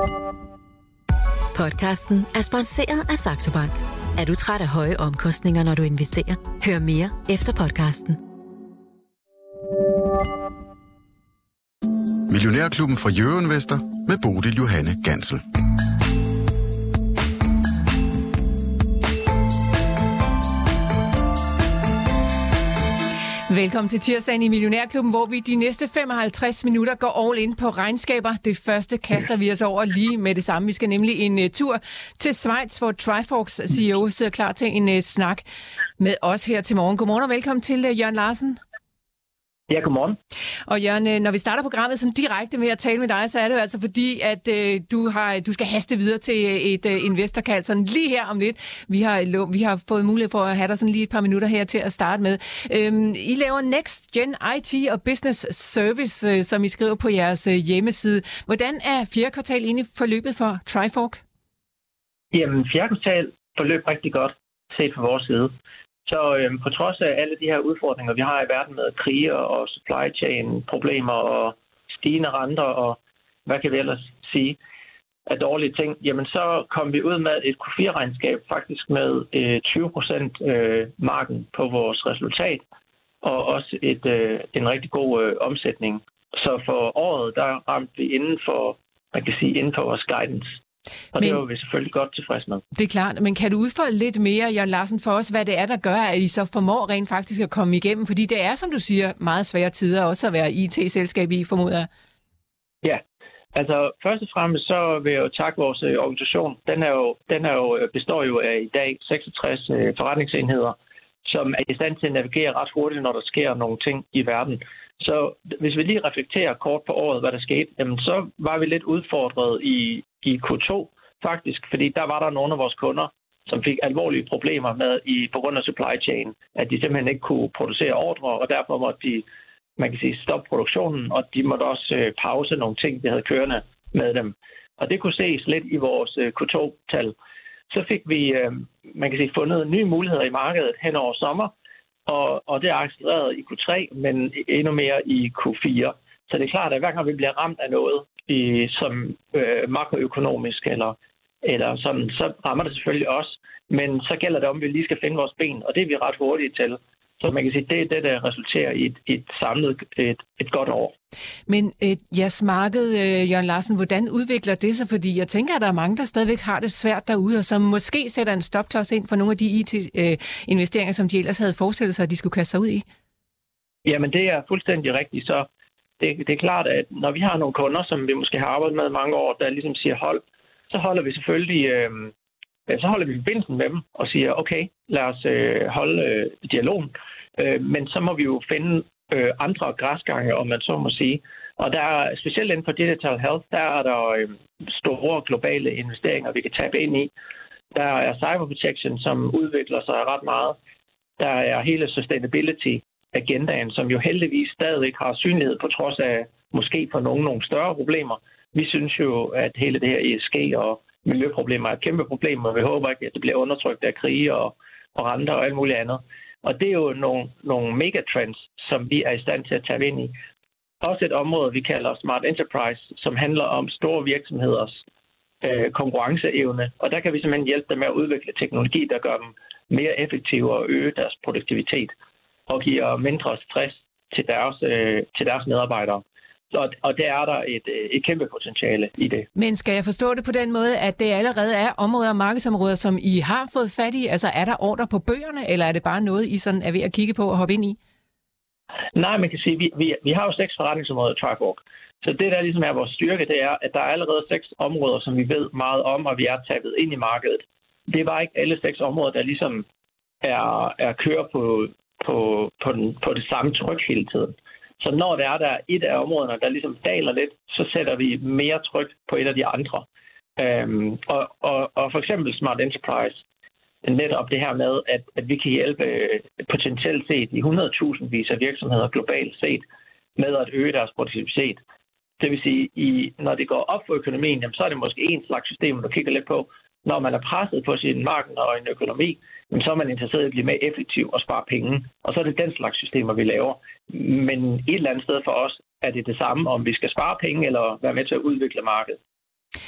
Podcasten er sponsoreret af Saxo Bank. Er du træt af høje omkostninger, når du investerer? Hør mere efter podcasten. Millionærklubben fra Euroinvestor med Bodil Johanne Gansel. Velkommen til tirsdagen i Millionærklubben, hvor vi de næste 55 minutter går all in på regnskaber. Det første kaster vi os over lige med det samme. Vi skal nemlig en tur til Schweiz, hvor Triforks CEO sidder klar til en snak med os her til morgen. Godmorgen og velkommen til Jørgen Larsen. Ja, godmorgen. Og Jørgen, når vi starter programmet sådan direkte med at tale med dig, så er det jo altså fordi, at du skal haste videre til et investorkald sådan lige her om lidt. Vi har fået mulighed for at have dig sådan lige et par minutter her til at starte med. I laver Next Gen IT og Business Service, som I skriver på jeres hjemmeside. Hvordan er fjerde kvartal egentlig forløbet for Trifork? Jamen, fjerde kvartal forløb rigtig godt set fra vores side. Så på trods af alle de her udfordringer, vi har i verden med kriger og supply chain problemer og stigende renter og hvad kan vi ellers sige af dårlige ting, jamen så kom vi ud med et Q4-regnskab faktisk med 20% marken på vores resultat og også en rigtig god omsætning. Så for året, der ramte vi inden for vores guidance. Og det var vi selvfølgelig godt tilfreds med. Det er klart, men kan du udfolde lidt mere, Jørgen Larsen, for os, hvad det er, der gør, at I så formår rent faktisk at komme igennem? Fordi det er, som du siger, meget svære tider også at være IT-selskab i, formoder jeg. Ja, altså først og fremmest så vil jeg jo takke vores organisation. Den består jo af i dag 66 forretningsenheder, som er i stand til at navigere ret hurtigt, når der sker nogle ting i verden. Så hvis vi lige reflekterer kort på året, hvad der skete, jamen så var vi lidt udfordret i Q2 faktisk, fordi der var der nogle af vores kunder, som fik alvorlige problemer med på grund af supply chain, at de simpelthen ikke kunne producere ordre, og derfor måtte de, stoppe produktionen, og de måtte også pause nogle ting, vi havde kørende med dem. Og det kunne ses lidt i vores Q2-tal. Så fik vi, fundet nye muligheder i markedet hen over sommer, og det er accelereret i Q3, men endnu mere i Q4. Så det er klart, at hver gang vi bliver ramt af noget, som makroøkonomisk eller sådan, så rammer det selvfølgelig også. Men så gælder det om, at vi lige skal finde vores ben, og det er vi ret hurtige til. Så man kan sige, det er det, der resulterer i et samlet et godt år. Men jeres marked, Jørgen Larsen, hvordan udvikler det sig? Fordi jeg tænker, at der er mange, der stadigvæk har det svært derude, og som måske sætter en stopklods ind for nogle af de IT-investeringer, som de ellers havde forestillet sig, at de skulle kaste sig ud i. Jamen, det er fuldstændig rigtigt. Så det er klart, at når vi har nogle kunder, som vi måske har arbejdet med mange år, der ligesom siger hold, så holder vi selvfølgelig forbindelsen med dem og siger, okay, lad os holde dialogen. Men så må vi jo finde andre græsgange, om man så må sige. Og der er specielt inden for digital health, der er der store globale investeringer, vi kan tabe ind i. Der er cyber protection, som udvikler sig ret meget. Der er hele sustainability-agendaen, som jo heldigvis stadig har synlighed på trods af måske for nogle større problemer. Vi synes jo, at hele det her ESG og miljøproblemer er et kæmpe problem, og vi håber ikke, at det bliver undertrykt af krige og renter og alt muligt andet. Og det er jo nogle megatrends, som vi er i stand til at tage ind i. Også et område, vi kalder Smart Enterprise, som handler om store virksomheders konkurrenceevne. Og der kan vi simpelthen hjælpe dem med at udvikle teknologi, der gør dem mere effektive og øge deres produktivitet og giver mindre stress til deres medarbejdere. Og der er der et kæmpe potentiale i det. Men skal jeg forstå det på den måde, at det allerede er områder og markedsområder, som I har fået fat i? Altså er der ordre på bøgerne, eller er det bare noget, I sådan er ved at kigge på og hoppe ind i? Nej, man kan sige, vi har jo 6 forretningsområder i Trifork. Så det, der ligesom er vores styrke, det er, at der er allerede 6 områder, som vi ved meget om, og vi er tabet ind i markedet. Det var ikke alle 6 områder, der ligesom er kører på det samme tryk hele tiden. Så når der er et af områderne, der ligesom daler lidt, så sætter vi mere tryk på et af de andre. Og for eksempel Smart Enterprise, netop det her med, at vi kan hjælpe potentielt set i 100.000 af virksomheder globalt set med at øge deres produktivitet. Det vil sige, når det går op for økonomien, jamen, så er det måske en slags system, du kigger lidt på. Når man er presset på sin marked og en økonomi, så er man interesseret i at blive mere effektiv og spare penge. Og så er det den slags systemer, vi laver. Men et eller andet sted for os er det samme, om vi skal spare penge eller være med til at udvikle markedet.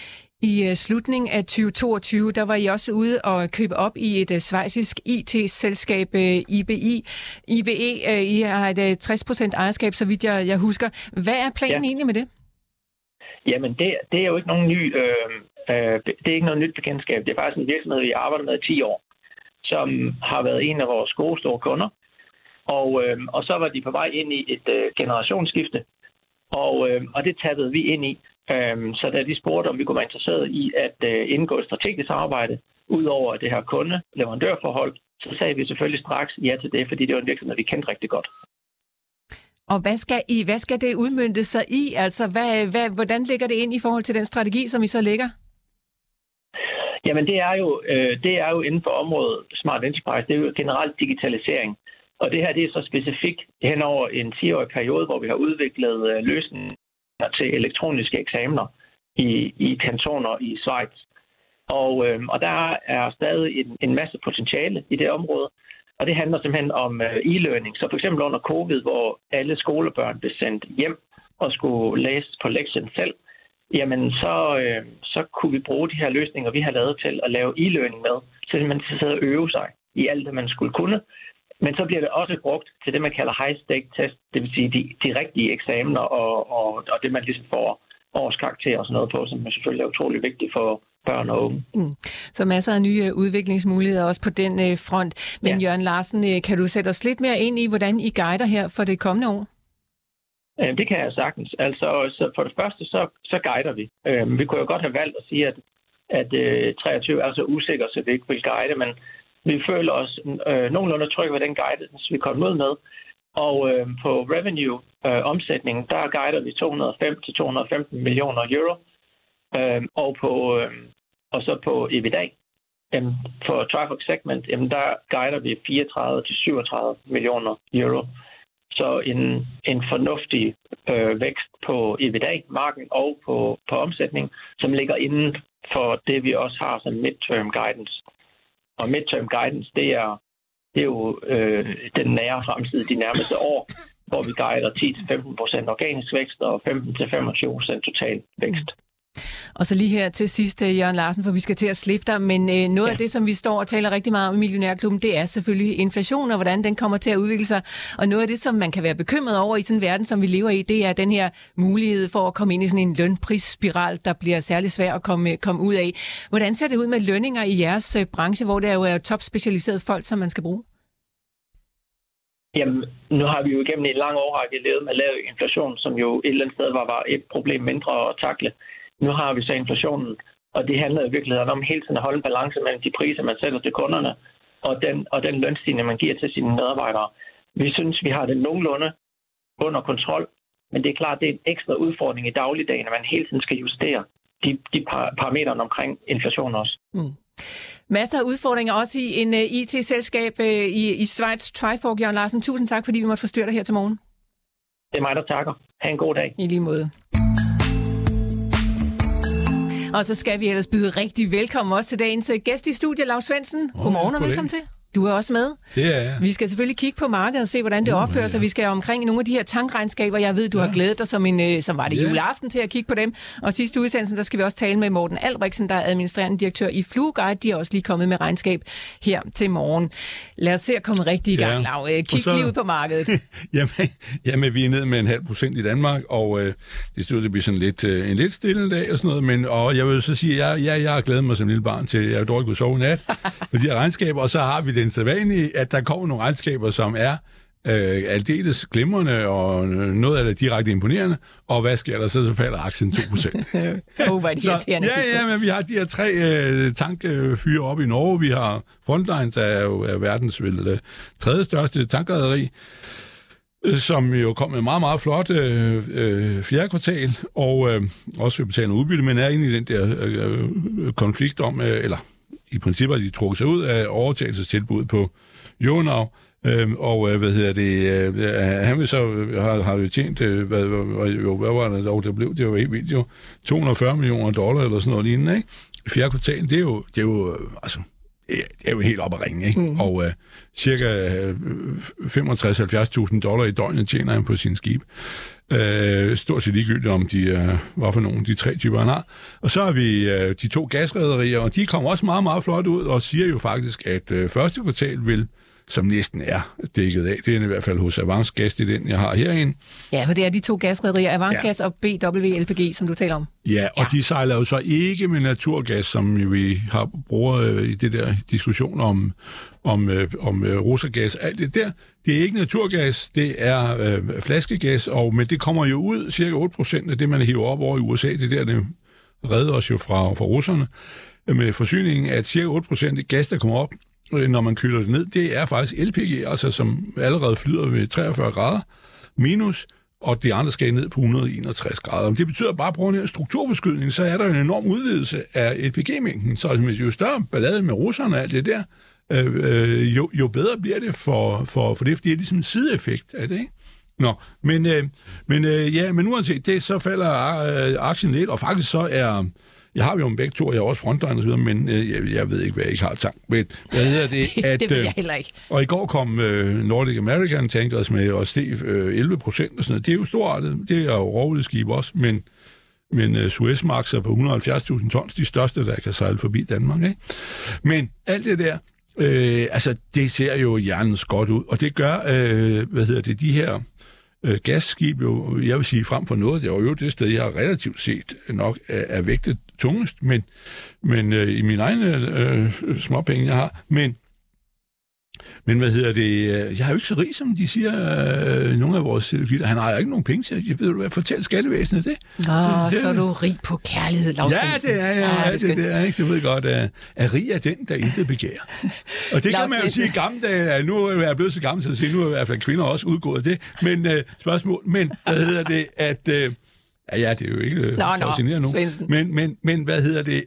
I slutningen af 2022, der var I også ude og købe op i et schweizisk IT-selskab, IBE. I har et 60% ejerskab, så vidt jeg husker. Hvad er planen egentlig med det? Jamen, det er jo ikke nogen ny... det er ikke noget nyt bekendtskab. Det er faktisk en virksomhed, vi arbejder med i 10 år, som har været en af vores gode store kunder. Og så var de på vej ind i et generationsskifte, og det tappede vi ind i. Så da de spurgte, om vi kunne være interesseret i at indgå et strategisk samarbejde, ud over det her kunde-leverandørforhold, så sagde vi selvfølgelig straks ja til det, fordi det var en virksomhed, vi kendte rigtig godt. Og hvad skal det udmønte sig i? Altså, hvordan ligger det ind i forhold til den strategi, som I så lægger? Jamen, det er jo inden for området Smart Enterprise. Det er jo generelt digitalisering. Og det her, det er så specifikt hen over en 10-årig periode, hvor vi har udviklet løsninger til elektroniske eksamener i kantoner i Schweiz. Og der er stadig en masse potentiale i det område. Og det handler simpelthen om e-learning. Så for eksempel under covid, hvor alle skolebørn blev sendt hjem og skulle læse på lektien selv, jamen så kunne vi bruge de her løsninger, vi har lavet til at lave e-learning med, så man skal sidde og øve sig i alt det, man skulle kunne. Men så bliver det også brugt til det, man kalder high-stake test, det vil sige de rigtige eksamener og det, man ligesom får årskarakter og sådan noget på, som selvfølgelig er utrolig vigtigt for børn og unge. Så masser af nye udviklingsmuligheder også på den front. Men Jørgen Larsen, kan du sætte os lidt mere ind i, hvordan I guider her for det kommende år? Det kan jeg sagtens. Altså, så for det første, så guider vi. Vi kunne jo godt have valgt at sige, at 23 er så usikker, så vi ikke vil guide, men vi føler os nogenlunde trygge ved den guidance, vi kommer ud med. Og på revenue-omsætningen, der guider vi 205 til 215 millioner euro. Og så på EBITDA, for Trifork Segment, der guider vi 34 til 37 millioner euro. Så en fornuftig vækst på EBITDA-marken og på omsætning, som ligger inden for det, vi også har som midterm guidance. Og midterm guidance, det er jo den nære fremtid, de nærmeste år, hvor vi guider 10-15% organisk vækst og 15-25% total vækst. Og så lige her til sidst, Jørgen Larsen, for vi skal til at slippe dig, men noget af det, som vi står og taler rigtig meget om i Millionærklubben, det er selvfølgelig inflation og hvordan den kommer til at udvikle sig. Og noget af det, som man kan være bekymret over i sådan en verden, som vi lever i, det er den her mulighed for at komme ind i sådan en lønprisspiral, der bliver særlig svær at komme ud af. Hvordan ser det ud med lønninger i jeres branche, hvor det jo er topspecialiseret folk, som man skal bruge? Jamen, nu har vi jo igennem en lang årrække levet med lav inflation, som jo et eller andet sted var et problem mindre at takle. Nu har vi så inflationen, og det handler i virkeligheden om hele tiden at holde en balance mellem de priser, man sætter til kunderne, og den lønstigning, man giver til sine medarbejdere. Vi synes, vi har det nogenlunde under kontrol, men det er klart, det er en ekstra udfordring i dagligdagen, at man hele tiden skal justere de parametre omkring inflation også. Masser af udfordringer også i en IT-selskab i Schweiz, Trifork. Jørgen Larsen, tusind tak, fordi vi måtte forstyrre dig her til morgen. Det er mig, der takker. Ha' en god dag. I lige måde. Og så skal vi ellers byde rigtig velkommen også til dagens gæst i studiet, Lav Svendsen. Godmorgen og velkommen til. Du er også med. Det er jeg. Vi skal selvfølgelig kigge på markedet og se, hvordan det opfører sig. Vi skal omkring nogle af de her tankregnskaber. Jeg ved, du har glædet dig som var det juleaften til at kigge på dem. Og sidste udsendelsen, der skal vi også tale med Morten Albrechtsen, der er administrerende direktør i Flueguide. De er også lige kommet med regnskab her til morgen. Lad os se at komme rigtig i gang, Lav. Kig lige ud på markedet. jamen, vi er nede med 0,5% i Danmark, og det stod, det bliver sådan en lidt stille dag og sådan noget. Og jeg vil så sige, jeg har glædet mig som lille barn til, jeg har dårligt kunne sove i nat med de her regnskaber, og så har vi den sædvanlige, at der kommer nogle regnskaber, som er aldeles glimrende, og noget af det direkte imponerende, og hvad sker der så falder aktien 2%. Hvor er det irriterende. Men vi har de her 3 tankfyre op i Norge. Vi har Frontline, der er jo verdens tredje største tankrederi, som jo kom med meget, meget flot fjerde kvartal, og også vil betale en udbytte, men er inde i den der konflikt om, eller i princippet de trukket sig ud af overtagelsestilbud på Euronav, og han vil så har jo tjent, hvad var det dog, det blev, det var helt vildt jo, $240 million eller sådan noget lignende, ikke? Fjerde kvartal, det er jo helt op at ringe, ikke? Og cirka $65,000-70,000 i døgnet tjener han på sin skib. Stort set ligegyldigt om hvad for nogle de 3 typer han har. Og så har vi de 2 gasrederier, og de kommer også meget, meget flot ud, og siger jo faktisk, at første kvartal vil, som næsten er dækket af, det er i hvert fald hos Avance Gas, det er den, jeg har herinde. Ja, for det er de 2 gasrederier, Avance Gas og BW-LPG, som du taler om. Ja, og de sejler jo så ikke med naturgas, som vi har brugt i det der diskussion om rosagas, alt det der. Det er ikke naturgas, det er flaskegas, men det kommer jo ud cirka 8% af det, man hiver op over i USA. Det der, det redder os jo fra russerne med forsyningen, at cirka 8% af gas, der kommer op, når man køler det ned, det er faktisk LPG, altså som allerede flyder ved 43 grader minus, og de andre skal ned på 161 grader. Men det betyder bare, at på grund af strukturforskydning, så er der en enorm udvidelse af LPG-mængden. Så jo større ballade med russerne og alt det der, jo bedre bliver det for det, fordi det er ligesom en sideeffekt af det, ikke? Men uanset det, så falder aktien lidt, og faktisk så er... Jeg har jo om begge to, jeg er også frontline og så videre, men jeg ved ikke, hvad jeg ikke har tank. Men hvad hedder det? Det ved jeg heller ikke. Og i går kom Nordic American Tankers med og steg 11% og sådan noget. Det er jo storartet. Det er jo rovleskib også, men Suezmax er på 170.000 tons, de største, der kan sejle forbi Danmark, ikke? Men alt det der, det ser jo hjernens godt ud, og det gør, de her gasskib jo, jeg vil sige, frem for noget, det er jo det sted, jeg har relativt set nok er vægtet tungest, men i mine egne småpenge, jeg har, men jeg har jo ikke så rig, som de siger, nogle af vores gilder. Han har jo ikke nogen penge til, jeg ved, fortælle skattevæsenet det. Så er du rig på kærlighed, Lars Svendsen. Ja, det er jeg. Det er ikke. Du ved godt, at rig er den, der intet begærer. Og det kan man jo sige i gamle dage, nu er jeg blevet så gammel til at sige, nu er i hvert fald kvinder også udgået af det. Men det er jo ikke fascinerende nu. Men hvad hedder det,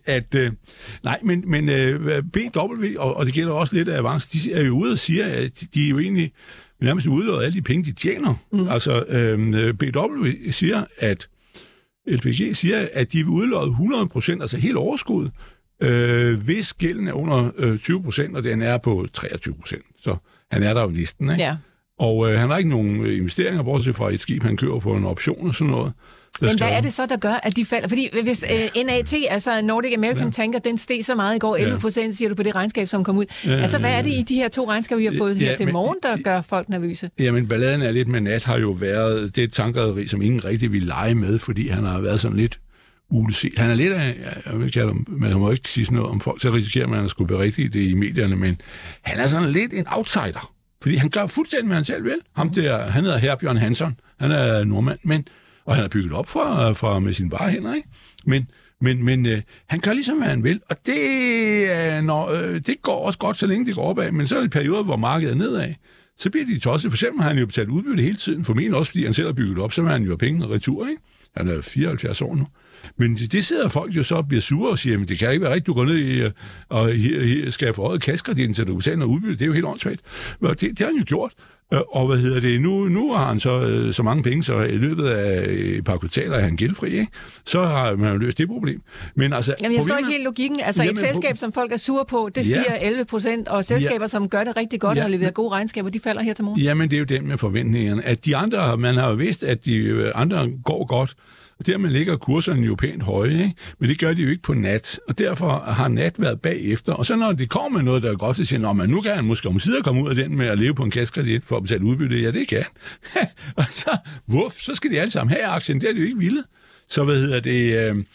BW, og det gælder også lidt af Avance, de er jo ude og siger, at de er jo egentlig nærmest udløjet alle de penge, de tjener. Altså, BW siger, at LPG siger, at de vil udløje 100%, altså helt overskud, hvis gælden er under 20%, og den er på 23%. Så han er der jo næsten, ikke? Ja. Og han har ikke nogen investeringer, bortset fra et skib, han køber på en option og sådan noget. Men hvad er det så, der gør, at de falder? Fordi hvis NAT, altså Nordic American Tanker, den steg så meget i går, 11% siger du på det regnskab, som kom ud. Altså, hvad er det i de her 2 regnskaber, vi har fået her til morgen, der gør folk nervøse? Jamen, balladen er lidt med Nat har jo været det tankrederi, som ingen rigtig vil lege med, fordi han har været sådan lidt uleset. Han er lidt af, jeg vil kalde ham, man må ikke sige sådan noget om folk, så risikerer man at skulle berigtige det i medierne, men han er sådan lidt en outsider. Fordi han gør fuldstændig, hvad han selv vil. Han hedder Herbjørn Hansson, han er nordmand, og han har bygget op fra med sine bare hænder, ikke? Men han gør ligesom, hvad han vil, og det går også godt, så længe det går opad, men så er det perioder, hvor markedet er nedad, så bliver de tosset. For eksempel har han jo betalt udbytte hele tiden, formentlig også, fordi han selv har bygget op, så vil han jo have penge og retur, ikke? Han er 74 år nu. Men det sidder folk jo så og bliver sure og siger, men det kan ikke være rigtigt, du går ned i og skal have forhøjet kassekreditten, så du kan betale noget udbytte. Det er jo helt åndssvagt. Det har han jo gjort. Og nu har han så mange penge, så i løbet af et par kvartaler er han gældfri, ikke? Så har man jo løst det problem. Men altså, jeg forstår ikke helt logikken. Altså et selskab, som folk er sure på, det stiger 11%, og selskaber, som gør det rigtig godt og leverer gode regnskaber, de falder her til morgen. Jamen, det er jo den med forventningerne. At de andre, man har jo vidst, at de andre går godt, og dermed ligger kurserne jo pænt høje, ikke? Men det gør de jo ikke på Nat, og derfor har Nat været bagefter. Og så når de kommer med noget, der er godt, så siger man, nu kan han måske omsider komme ud af den med at leve på en kassekredit for at betale udbytte. Ja, det kan han. Og så skal de alle sammen have aktien. Det er de jo ikke vilde. Så det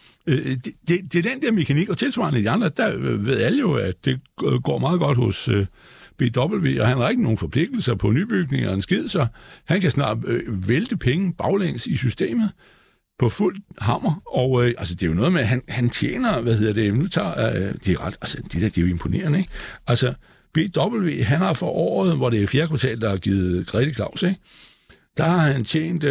er den der mekanik, og tilsvarende de andre, der ved alle jo, at det går meget godt hos BW, og han har ikke nogen forpligtelser på nybygninger og en skid, så han kan snart vælte penge baglæns i systemet på fuld hammer, og det er jo noget med, at han tjener, nu tager de ret, det er jo imponerende, ikke? Altså, BW, han har for året, hvor det er 4. kvartal, der har givet Grete Claus, ikke? Der har han tjent $1,68,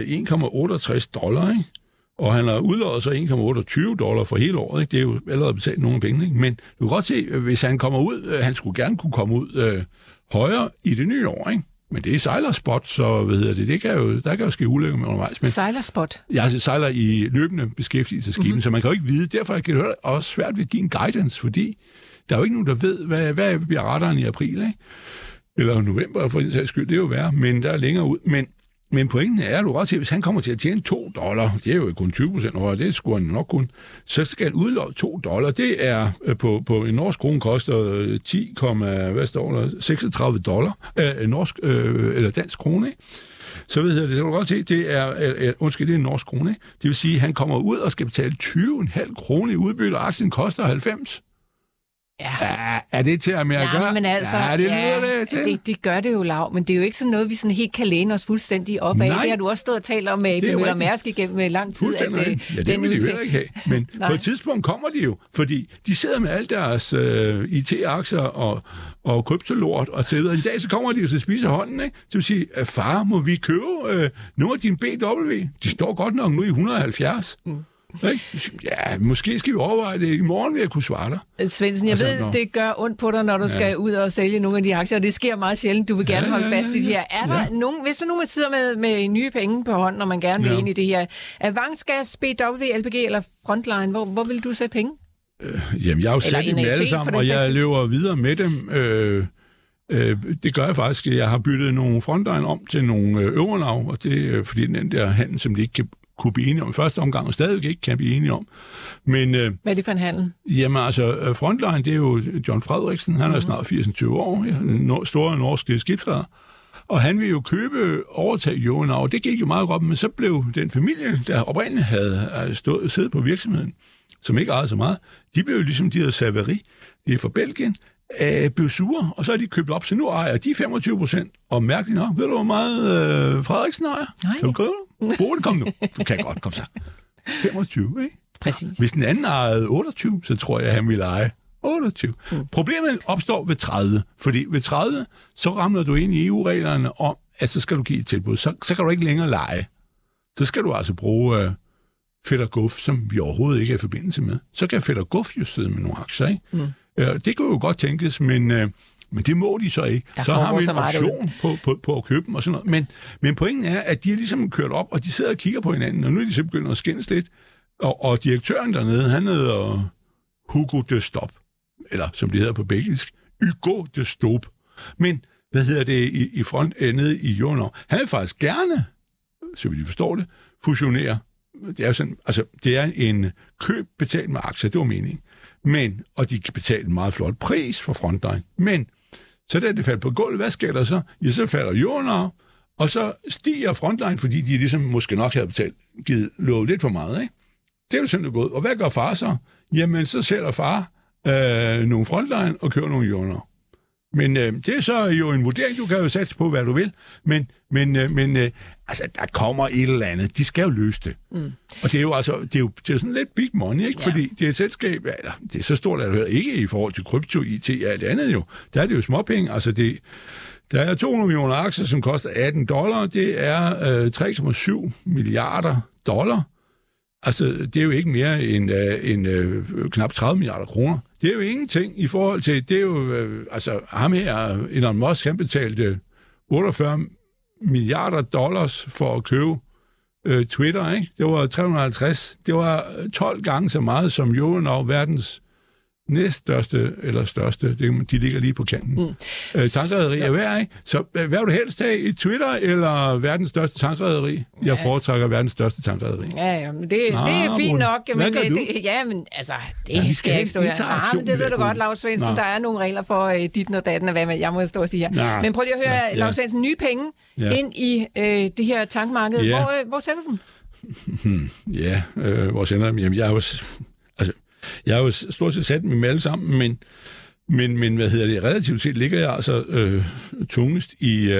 ikke? Og han har udløjet så $1,28 for hele året, ikke? Det er jo allerede betalt nogle penge, ikke? Men du kan godt se, hvis han kommer ud, han skulle gerne kunne komme ud højere i det nye år, ikke? Men det er sejlerspot, så der kan jo ske ulykker med undervejs. Men sejlerspot? Ja, sejler i løbende beskæftigelsesskiben, så man kan jo ikke vide. Derfor er det også svært ved at give en guidance, fordi der er jo ikke nogen, der ved, hvad bliver retteren i april, ikke? Eller november, for den sags skyld, det er jo værre, men der er længere ud. Men Men pointen er, at du godt se, hvis han kommer til at tjene $2, det er jo kun 20% højere, det skulle han nok kun, så skal han udlåne $2. Det er på en norsk krone koster 10,36 norsk eller dansk krone, ikke? Så ved jeg, det kan du godt se, det er en norsk krone, ikke? Det vil sige, at han kommer ud og skal betale 20,5 kroner i udbytte, og aktien koster 90. Ja. Er det til at gøre? Men altså, det gør det jo, Lav, men det er jo ikke sådan noget, vi sådan helt kan læne os fuldstændig op af. Det har du også stået og talt om med Møller Mærsk igennem lang tid. At, det vil de jo ikke have. Men på et tidspunkt kommer de jo, fordi de sidder med alle deres IT-aktier og kryptolort, og så videre. En dag så kommer de jo til at spise hånden, ikke? Så vil sige, far, må vi købe nogle af dine BW? De står godt nok nu i 170. Ja, måske skal vi overveje det. I morgen vil jeg kunne svare dig. Svendsen, jeg ved, det gør ondt på dig, når du skal ud og sælge nogle af de aktier, og det sker meget sjældent. Du vil gerne holde fast i de her. Er der nogen, hvis man nu sidder med nye penge på hånden, og man gerne vil ind i det her, Avansgas, BW, LPG eller Frontline, hvor vil du sætte penge? Jamen, jeg har jo sat dem alle sammen, og jeg løber videre med dem. Det gør jeg faktisk. Jeg har byttet nogle Frontline om til nogle Øverlav, og det er fordi den der handel, som de ikke kunne blive enige om i første omgang, og stadig ikke kan blive enige om. Men, hvad er det for en handel? Jamen altså, Frontline, det er jo John Frederiksen, han er snart 80-20 år, store norske skibsredder, og han ville jo overtage Jovenau, og det gik jo meget godt, men så blev den familie, der oprindeligt havde siddet på virksomheden, som ikke ejede så meget, de blev jo ligesom de her Savary, de er fra Belgien, blev sure, og så er de købt op, så nu ejer de 25%, og mærkeligt nok, ved du, hvor meget Frederiksen ejer? Nej. Kan du købe det? Bo, det kom nu. Du kan godt, kom så. 25, ikke? Præcis. Hvis den anden ejede 28, så tror jeg, at han ville eje 28. Problemet opstår ved 30, fordi ved 30, så ramler du ind i EU-reglerne om, at så skal du give et tilbud. Så kan du ikke længere leje. Så skal du altså bruge Fætter Guf, som vi overhovedet ikke er i forbindelse med. Så kan Fætter Guf jo sidde med nogle aktier, ikke? Det kunne jo godt tænkes, men det må de så ikke. Så har vi en option på at købe dem og sådan noget. Men pointen er, at de er ligesom kørt op, og de sidder og kigger på hinanden, og nu er de simpelthen begyndt at skændes lidt. Og direktøren dernede, han hedder Hugo de Stop, eller som det hedder på belgisk, Hugo de Stop. Men, hvad hedder det i front nede i Jovenau? Han vil faktisk gerne, så vi forstår det, fusionere. Det er sådan, altså, det er en køb betalt med aktier, det var meningen. Og de kan betale en meget flot pris for Frontline. Men, så da det falder på gulvet, hvad sker der så? Ja, så falder Jovenau, og så stiger Frontline, fordi de ligesom måske nok havde lovet lidt for meget, ikke? Det er jo sådan, det gået. Og hvad gør far så? Jamen, så sælger far nogle Frontline og køber nogle Jovenau. Men det er så jo en vurdering, du kan jo satse på, hvad du vil. Men altså, der kommer et eller andet. De skal jo løse det. Og det er jo altså, det er sådan lidt big money, ikke? Ja. Fordi det er et selskab, eller det er så stort, at det ikke i forhold til krypto, IT og alt andet jo. Der er det jo småpenge. Altså, der er 200 millioner aktier, som koster $18. Det er 3,7 milliarder dollar. Altså, det er jo ikke mere end knap 30 milliarder kroner. Det er jo ingenting i forhold til, det er jo, altså, ham her, Elon Musk, han betalte 48 milliarder dollars for at købe Twitter, ikke? Det var 350. Det var 12 gange så meget som Jovenau, verdens næststørste eller største. De ligger lige på kanten. Tankrederi er værd, ikke? Så hvad vil du helst have, i Twitter eller verdens største tankrederi? Jeg foretrækker verdens største tankrederi. Ja, men det er fint nok. Men men altså, det skal jeg ikke stå her. Men det ved du godt, Lav Svendsen. Der er nogle regler for dit og datten, hvad jeg må stå og sige her. Men prøv lige at høre, Lav Svendsen, nye penge ind i det her tankmarked. Hvor sætter du dem? Hvor sender dem? Jamen, jeg har jo stort set sat dem med alle sammen, men hvad hedder det, relativt set ligger jeg altså tungest i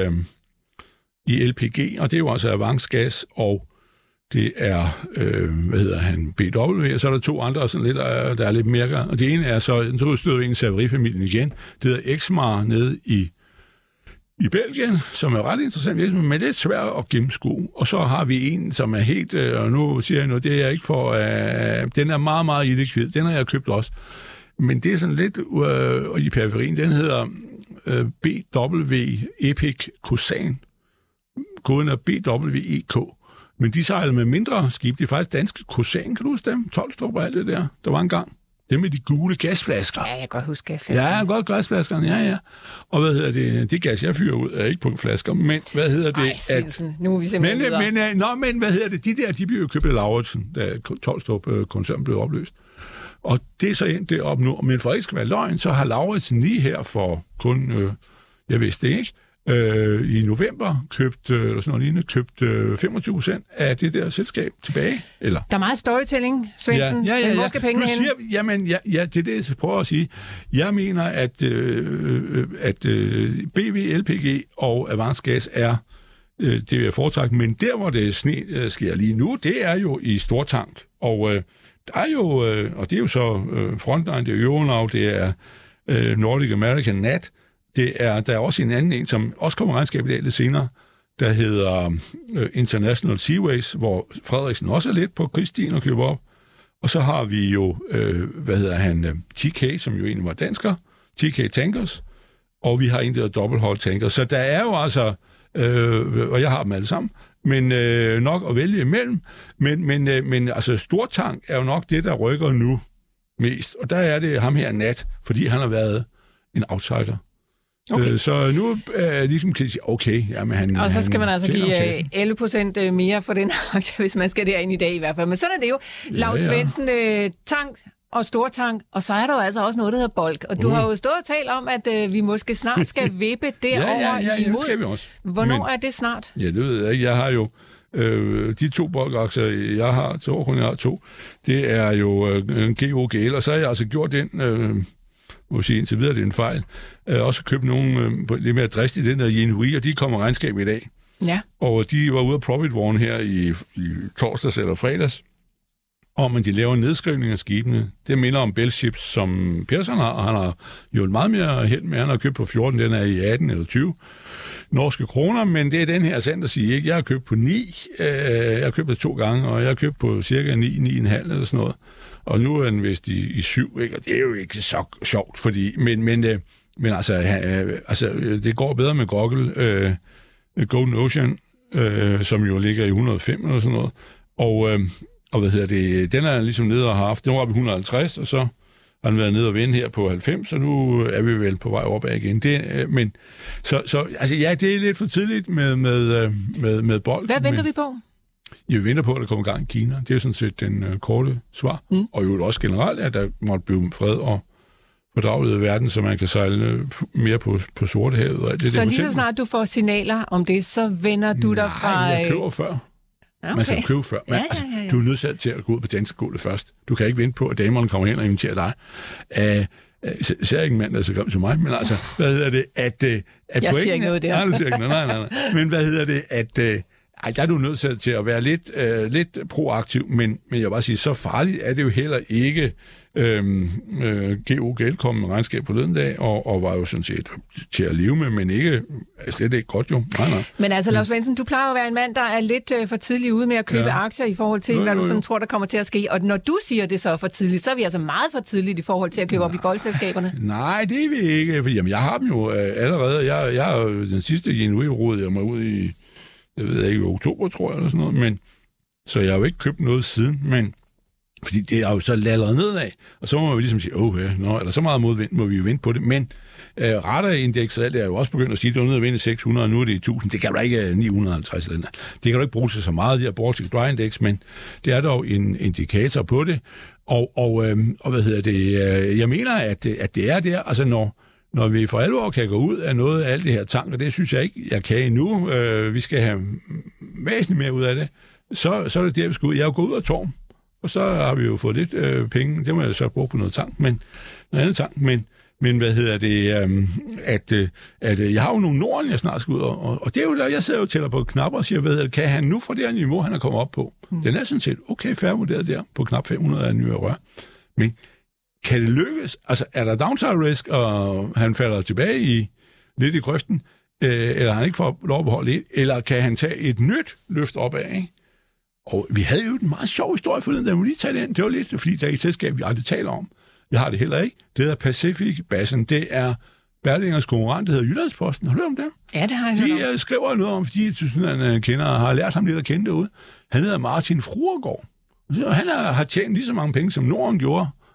LPG, og det er jo altså Avansgas, og det er, BW, og så er der to andre, sådan lidt, der er lidt mere, og det ene er så støder vi ind i Savary-familien igen, det hedder Exmar nede i Belgien, som er ret interessant virksomhed, men det er svært at gennemskue. Og så har vi en, som er helt, og nu siger jeg noget, det er jeg ikke for, den er meget, meget illikvid. Den har jeg købt også. Men det er sådan lidt i periferien. Den hedder BW Epic Kosan. Koden er BWEK. Men de sejler med mindre skib. Det er faktisk danske Kosan, kan du huske dem? 12 står på alt det der. Der var en gang. Det med de gule gasflasker. Ja, jeg kan godt huske gasflaskerne. Ja, godt gasflaskerne, ja. Og hvad hedder det? Det gas, jeg fyrer ud, er ikke på flasker, men hvad hedder det? Ej, Svendsen, nu er vi simpelthen men hvad hedder det? De der, de blev jo købt af Lauritsen, da Tolstrup-koncernen blev opløst. Og det er så endt det op nu. Men for at ikke skal være løgn, så har Lauritsen lige her for kun, jeg vidste det ikke, i november købt 25% af det der selskab tilbage. Eller? Der er meget storytelling, Svendsen. Ja. Men hvor skal pengene hen? Ja, det er det, jeg prøver at sige. Jeg mener, at BV, LPG og Avance Gas er det vil jeg foretrække, men der, hvor det sker lige nu, det er jo i Stortank. Og der er jo, og det er jo så Frontline, det er Euronav, det er Nordic American Nat. Der er også en anden en, som også kommer regnskab i dag lidt senere, der hedder International Seaways, hvor Frederiksen også er lidt på krigsstien og køber op. Og så har vi jo, TK, som jo egentlig var dansker, TK Tankers, og vi har en, der hedder Dobbelthold Tankers. Så der er jo altså, og jeg har dem alle sammen, men nok at vælge imellem. Men altså Stortank er jo nok det, der rykker nu mest. Og der er det ham her Nat, fordi han har været en outsider. Okay. Så nu ligesom kan jeg sige, okay, jamen han... Og så skal man altså give 11% mere for den aktie, hvis man skal derind i dag i hvert fald. Men sådan er det jo. Laut Svendsen, tank og stortank, og så er der jo altså også noget, der hedder bulk. Og du har jo stået og talt om, at vi måske snart skal vippe derover imod. det skal vi også. Hvornår er det snart? Ja, det ved jeg ikke. Jeg har jo de 2 bulkaktier, jeg har to, det er jo GOGL, og så har jeg altså gjort den... må sige indtil videre, det er en fejl. Også købt nogle lidt mere dristige, den der Yenhui, og de kommer regnskab i dag. Ja. Og de var ude af Profit Warn her i torsdags eller fredags, om at de laver en nedskrivning af skibene. Det minder om Bell Ships, som Persson har, og han har jo meget mere held med. Han har købt på 14, den er i 18 eller 20 norske kroner, men det er den her sandt at sige, ikke? Jeg har købt på 9, jeg har købt det 2 gange, og jeg har købt på cirka 9,5 eller sådan noget. Og nu er den vist i 7, ikke? Og det er jo ikke så sjovt, fordi... Men altså, det går bedre med Goggle, Golden Ocean, som jo ligger i 105 eller sådan noget. Og hvad hedder det? Den er ligesom nede og har haft... Den var oppe i 150, og så har den været nede og vende her på 90, så nu er vi vel på vej opad igen. Så altså, ja, det er lidt for tidligt med bold. Hvad venter vi på? Jeg venter på, at der kommer i gang i Kina. Det er sådan set den korte svar. Og jo også generelt, at der måtte blive fred og fordragelighed i verden, så man kan sejle mere på Sortehavet. Det så lige så snart du får signaler om det, så vender du dig fra... Nej, jeg køber før. Okay. Man skal købe før. Men, ja. Du er nødt til at gå ud på dansegulvet først. Du kan ikke vente på, at damerne kommer hen og inviterer dig. Ser ikke en mand, der er så grim som mig, men altså, hvad hedder det, at jeg siger ikke noget der. Nej, du siger ikke noget, nej. Men hvad hedder det, at... der er du nødt til at være lidt proaktiv, men jeg vil bare sige, så farligt er det jo heller ikke. GOGL kom med regnskab på den dag, og var jo sådan set til at leve med, men ikke, slet ikke godt jo. Nej. Men altså, Lars Svendsen, du plejer jo at være en mand, der er lidt for tidlig ude med at købe aktier i forhold til, hvad du sådan tror, der kommer til at ske. Og når du siger det så er for tidligt, så er vi altså meget for tidligt i forhold til at købe op i goldselskaberne. Nej, det er vi ikke. For, jamen, jeg har dem jo allerede. Jeg har jo den sidste Yenui-rode, jeg mig ud i, jeg ved ikke, oktober, tror jeg, eller sådan noget. Men, så jeg har jo ikke købt noget siden, men fordi det er jo så lalret nedad, og så må man jo ligesom sige, eller så meget modvind må vi jo vente på det, men radarindekset er jo også begyndt at sige, at det er nede at vinde 600, og nu er det 1000, det kan du ikke 950 eller noget. Det kan du ikke bruge til så meget, de her Baltic Dry Index, men det er dog en indikator på det, og hvad hedder det, jeg mener, at det er der, altså når vi for alvor kan gå ud af noget af alt det her tank, og det synes jeg ikke, jeg kan endnu, vi skal have væsentligt mere ud af det, så er det der, vi skal ud. Jeg er jo gået ud af Torm, og så har vi jo fået lidt penge. Det må jeg så bruge på noget tank, men noget andet tank. Men hvad hedder det? At jeg har jo nogle Norden, jeg snart skal ud, og det er jo der, jeg sidder jo tæller på knapper og siger, hvad hedder det, kan han nu fra det her niveau, han er kommet op på? Den er sådan set okay færdigvurderet der på knap 500 af nye rør. Men kan det lykkes? Altså, er der downside risk, og han falder tilbage lidt i grøften, eller han ikke får lov at beholde lidt, eller kan han tage et nyt løft opad, ikke? Og vi havde jo en meget sjov historie for den, der må lige tage den. Det var lidt, fordi der er et selskab, vi aldrig taler om. Jeg har det heller ikke. Det hedder Pacific Basin. Det er Berlingers konkurrent, der hedder Jyllandsposten. Har du hørt om det? Ja, det har jeg hørt om. De skriver noget om, fordi han kender, har lært ham lidt at kende derude. Han hedder Martin Fruergaard. Han har tjent lige så mange penge, som Norden gjorde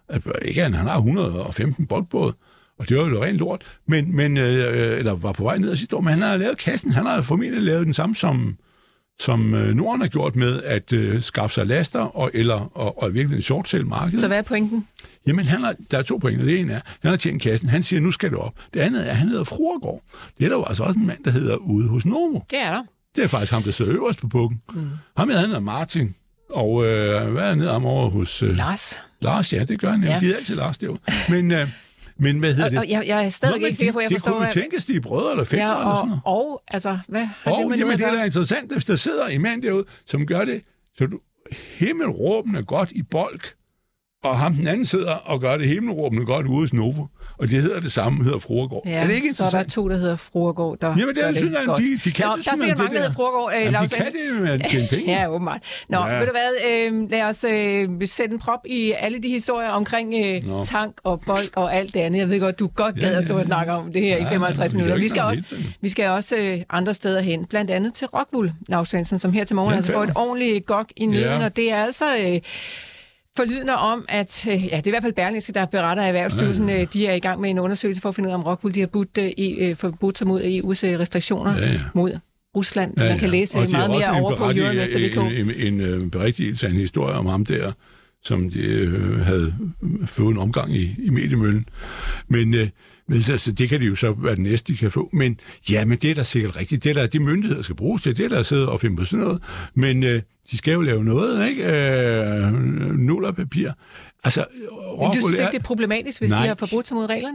Ikke han har 115 boldbåde, og det var jo rent lort, eller var på vej ned sidste år, men han har lavet kassen, han har formentlig lavet den samme som Norden har gjort med at skaffe sig laster og virkelig en short sell marked. Så hvad er pointen? Jamen, der er 2 pointer. Det ene er, han har tjent kassen. Han siger, nu skal det op. Det andet er, han hedder Fruergaard. Det er der jo altså også en mand, der hedder Ude hos Novo. Det er der. Det er faktisk ham, der sidder øverst på pukken. Ham han hedder Martin. Og hvad er nede ham over hos... Lars, ja, det gør han. Ja. De er altid Lars, det jo. Men hvad hedder det? Jeg er stadig ikke sikker på, at jeg forstår... Det kunne jo tænkes, de er brødre eller fætter eller sådan noget. Og, altså, hvad har det med det med det, der er interessant, hvis der sidder en mand derude, som gør det, så himmelråbende godt i bolk, og ham den anden sidder og gør det himmelråbende godt ude hos Novo. Og det hedder det samme, hedder Fruergaard. Ja, er det ikke interessant? Så er der 2, der hedder Fruergaard, der jamen, det er, gør det godt. De kan der er sikkert mange, der hedder Fruergaard. De kan det med at tjene penge. Ja, åbenbart. Ved du hvad? Lad os sætte en prop i alle de historier omkring tank og bolk og alt det andet. Jeg ved godt, du godt gad at stå og snakke om det her i 55 minutter. Vi skal også andre steder hen, blandt andet til Rockwool, Lars Svendsen, som her til morgen får et ordentligt gok i neden, og det er altså... forlydende om, at det er i hvert fald Berlingske, der beretter af Erhvervsstyrelsen, de er i gang med en undersøgelse for at finde ud af, om Rockwool de har forbudt sig mod EU's restriktioner mod Rusland. Man kan læse meget mere over på euroinvestor.dk. En berigtigelse af en historie om ham der, som de havde fået en omgang i mediemøllen. Men altså, det kan de jo så være det næste, de kan få. Men det er da sikkert rigtigt. Det er der de myndigheder skal bruges til. Det er der sidder og finde på sådan noget. Men de skal jo lave noget, ikke? Nullerpapir. Altså, men du synes ikke, det er problematisk, hvis de har forbrudt sig mod reglerne?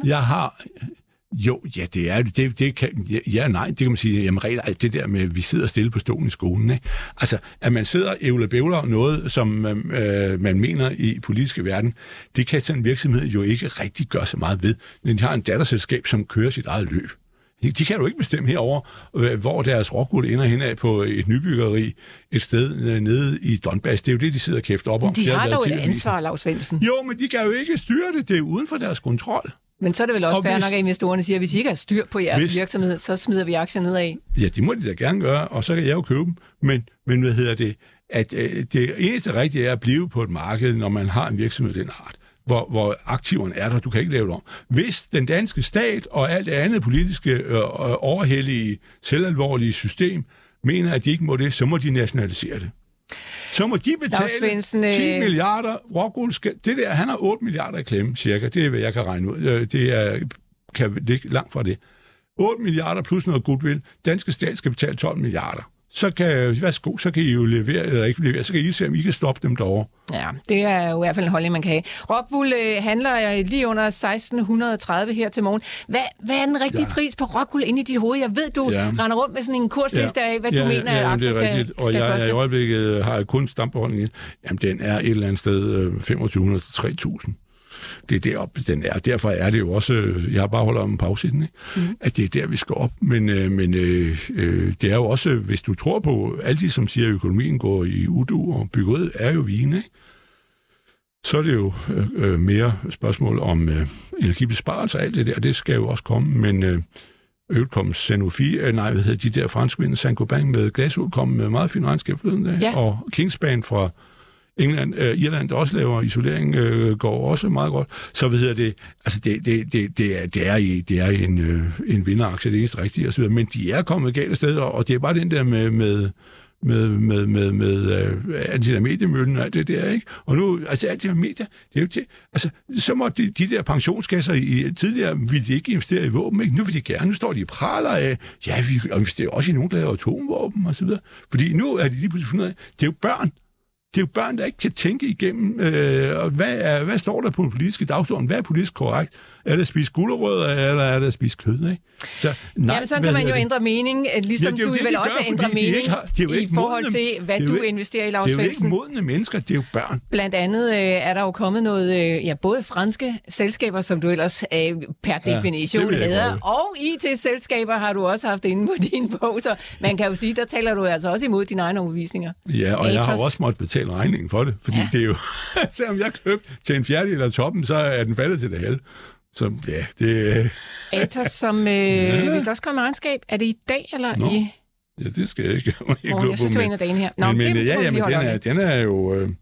Det er det kan, det kan man sige. Jamen, regler, det der med, at vi sidder stille på stolen i skolen, ikke? Altså, at man sidder og ævler noget, som man mener i politiske verden, det kan sådan en virksomhed jo ikke rigtig gøre så meget ved. Men de har en datterselskab, som kører sit eget løb. De kan jo ikke bestemme herover, hvor deres Rockwool ender hen af på et nybyggeri et sted nede i Donbass. Det er jo det, de sidder og kæfter op om. De har dog et ansvar, Lars Svendsen. Jo, men de kan jo ikke styre det. Det er uden for deres kontrol. Men så er det vel også fair nok, at investorerne siger, at hvis I ikke har styr på jeres virksomhed, så smider vi aktier nedad. Ja, det må de da gerne gøre, og så kan jeg jo købe dem. Men hvad hedder det? At det eneste rigtige er at blive på et marked, når man har en virksomhed den art. Hvor aktiverne er der, du kan ikke lave det om. Hvis den danske stat og alt det andet politiske overhellige, selvalvorlige system mener, at de ikke må det, så må de nationalisere det. Så må de betale 10 milliarder. Rockwool det der, han har 8 milliarder i klemme, cirka. Det er, hvad jeg kan regne ud. Det kan ligge langt fra det. 8 milliarder plus noget goodwill. Danske stat skal betale 12 milliarder. Så kan I jo levere, eller ikke levere, så kan I se, om I kan stoppe dem derovre. Ja, det er jo i hvert fald en holdning, man kan have. Rockwool handler lige under 1630 her til morgen. Hvad er den rigtige pris på Rockwool inde i dit hoved? Jeg ved, du render rundt med sådan en kursliste af, hvad du mener, at aktier skal koste. Og jeg i øjeblikket har kun stambeholdningen. Jamen, den er et eller andet sted 2500 til 3000. Det er deroppe, den er. Derfor er det jo også, jeg har bare holdt om en pause i den, at det er der, vi skal op. Men det er jo også, hvis du tror på, alle de, som siger, at økonomien går i udu, og byggeriet er jo vigende, så er det jo mere spørgsmål om energibesparelser og alt det der, det skal jo også komme, men øvrigt kom Sanofi, de der franskmænd, Saint-Gobain med glasud, kom med meget fin regnskab forleden dag, og Kingspan fra England, Irland, der også laver isolering, går også meget godt. Så hvad hedder det? Altså det er en vinderaktie, det eneste rigtige osv. Men de er kommet galt af sted, og det er bare den der med de der mediemøllen og alt det der, ikke? Og nu, altså alt det der medier, det er jo til, altså, så må de der pensionskasser tidligere ville de ikke investere i våben, ikke? Nu vil de gerne, nu står de i praler af, vi investerer også i nogen, der laver atomvåben og så videre. Fordi nu er de lige pludselig fundet af, det er jo børn. Det er jo børn, der ikke kan tænke igennem, hvad står der på den politiske dagsorden? Hvad er politisk korrekt? Er det at spise gulerødder, eller er det at spise kød? Ikke? Jamen, så kan man jo ændre mening, ligesom du vil også ændre mening i forhold til, hvad du investerer i, Lars Svendsen. Det er jo ikke modne mennesker, det er jo børn. Blandt andet er der jo kommet noget, både franske selskaber, som du ellers per definition hedder, og IT-selskaber har du også haft inde på din bog, så man kan jo sige, der taler du altså også imod dine egne overbevisninger. Ja, og jeg har også måttet betale regningen for det, fordi det er jo, selvom jeg købte til en fjerdedel af toppen, så er den faldet til det halve. Så det... Atos, som hvis der også kommer regnskab, er det i dag, eller i... Ja, det skal jeg ikke. Jeg synes, det var en af dagen her. Men den er jo...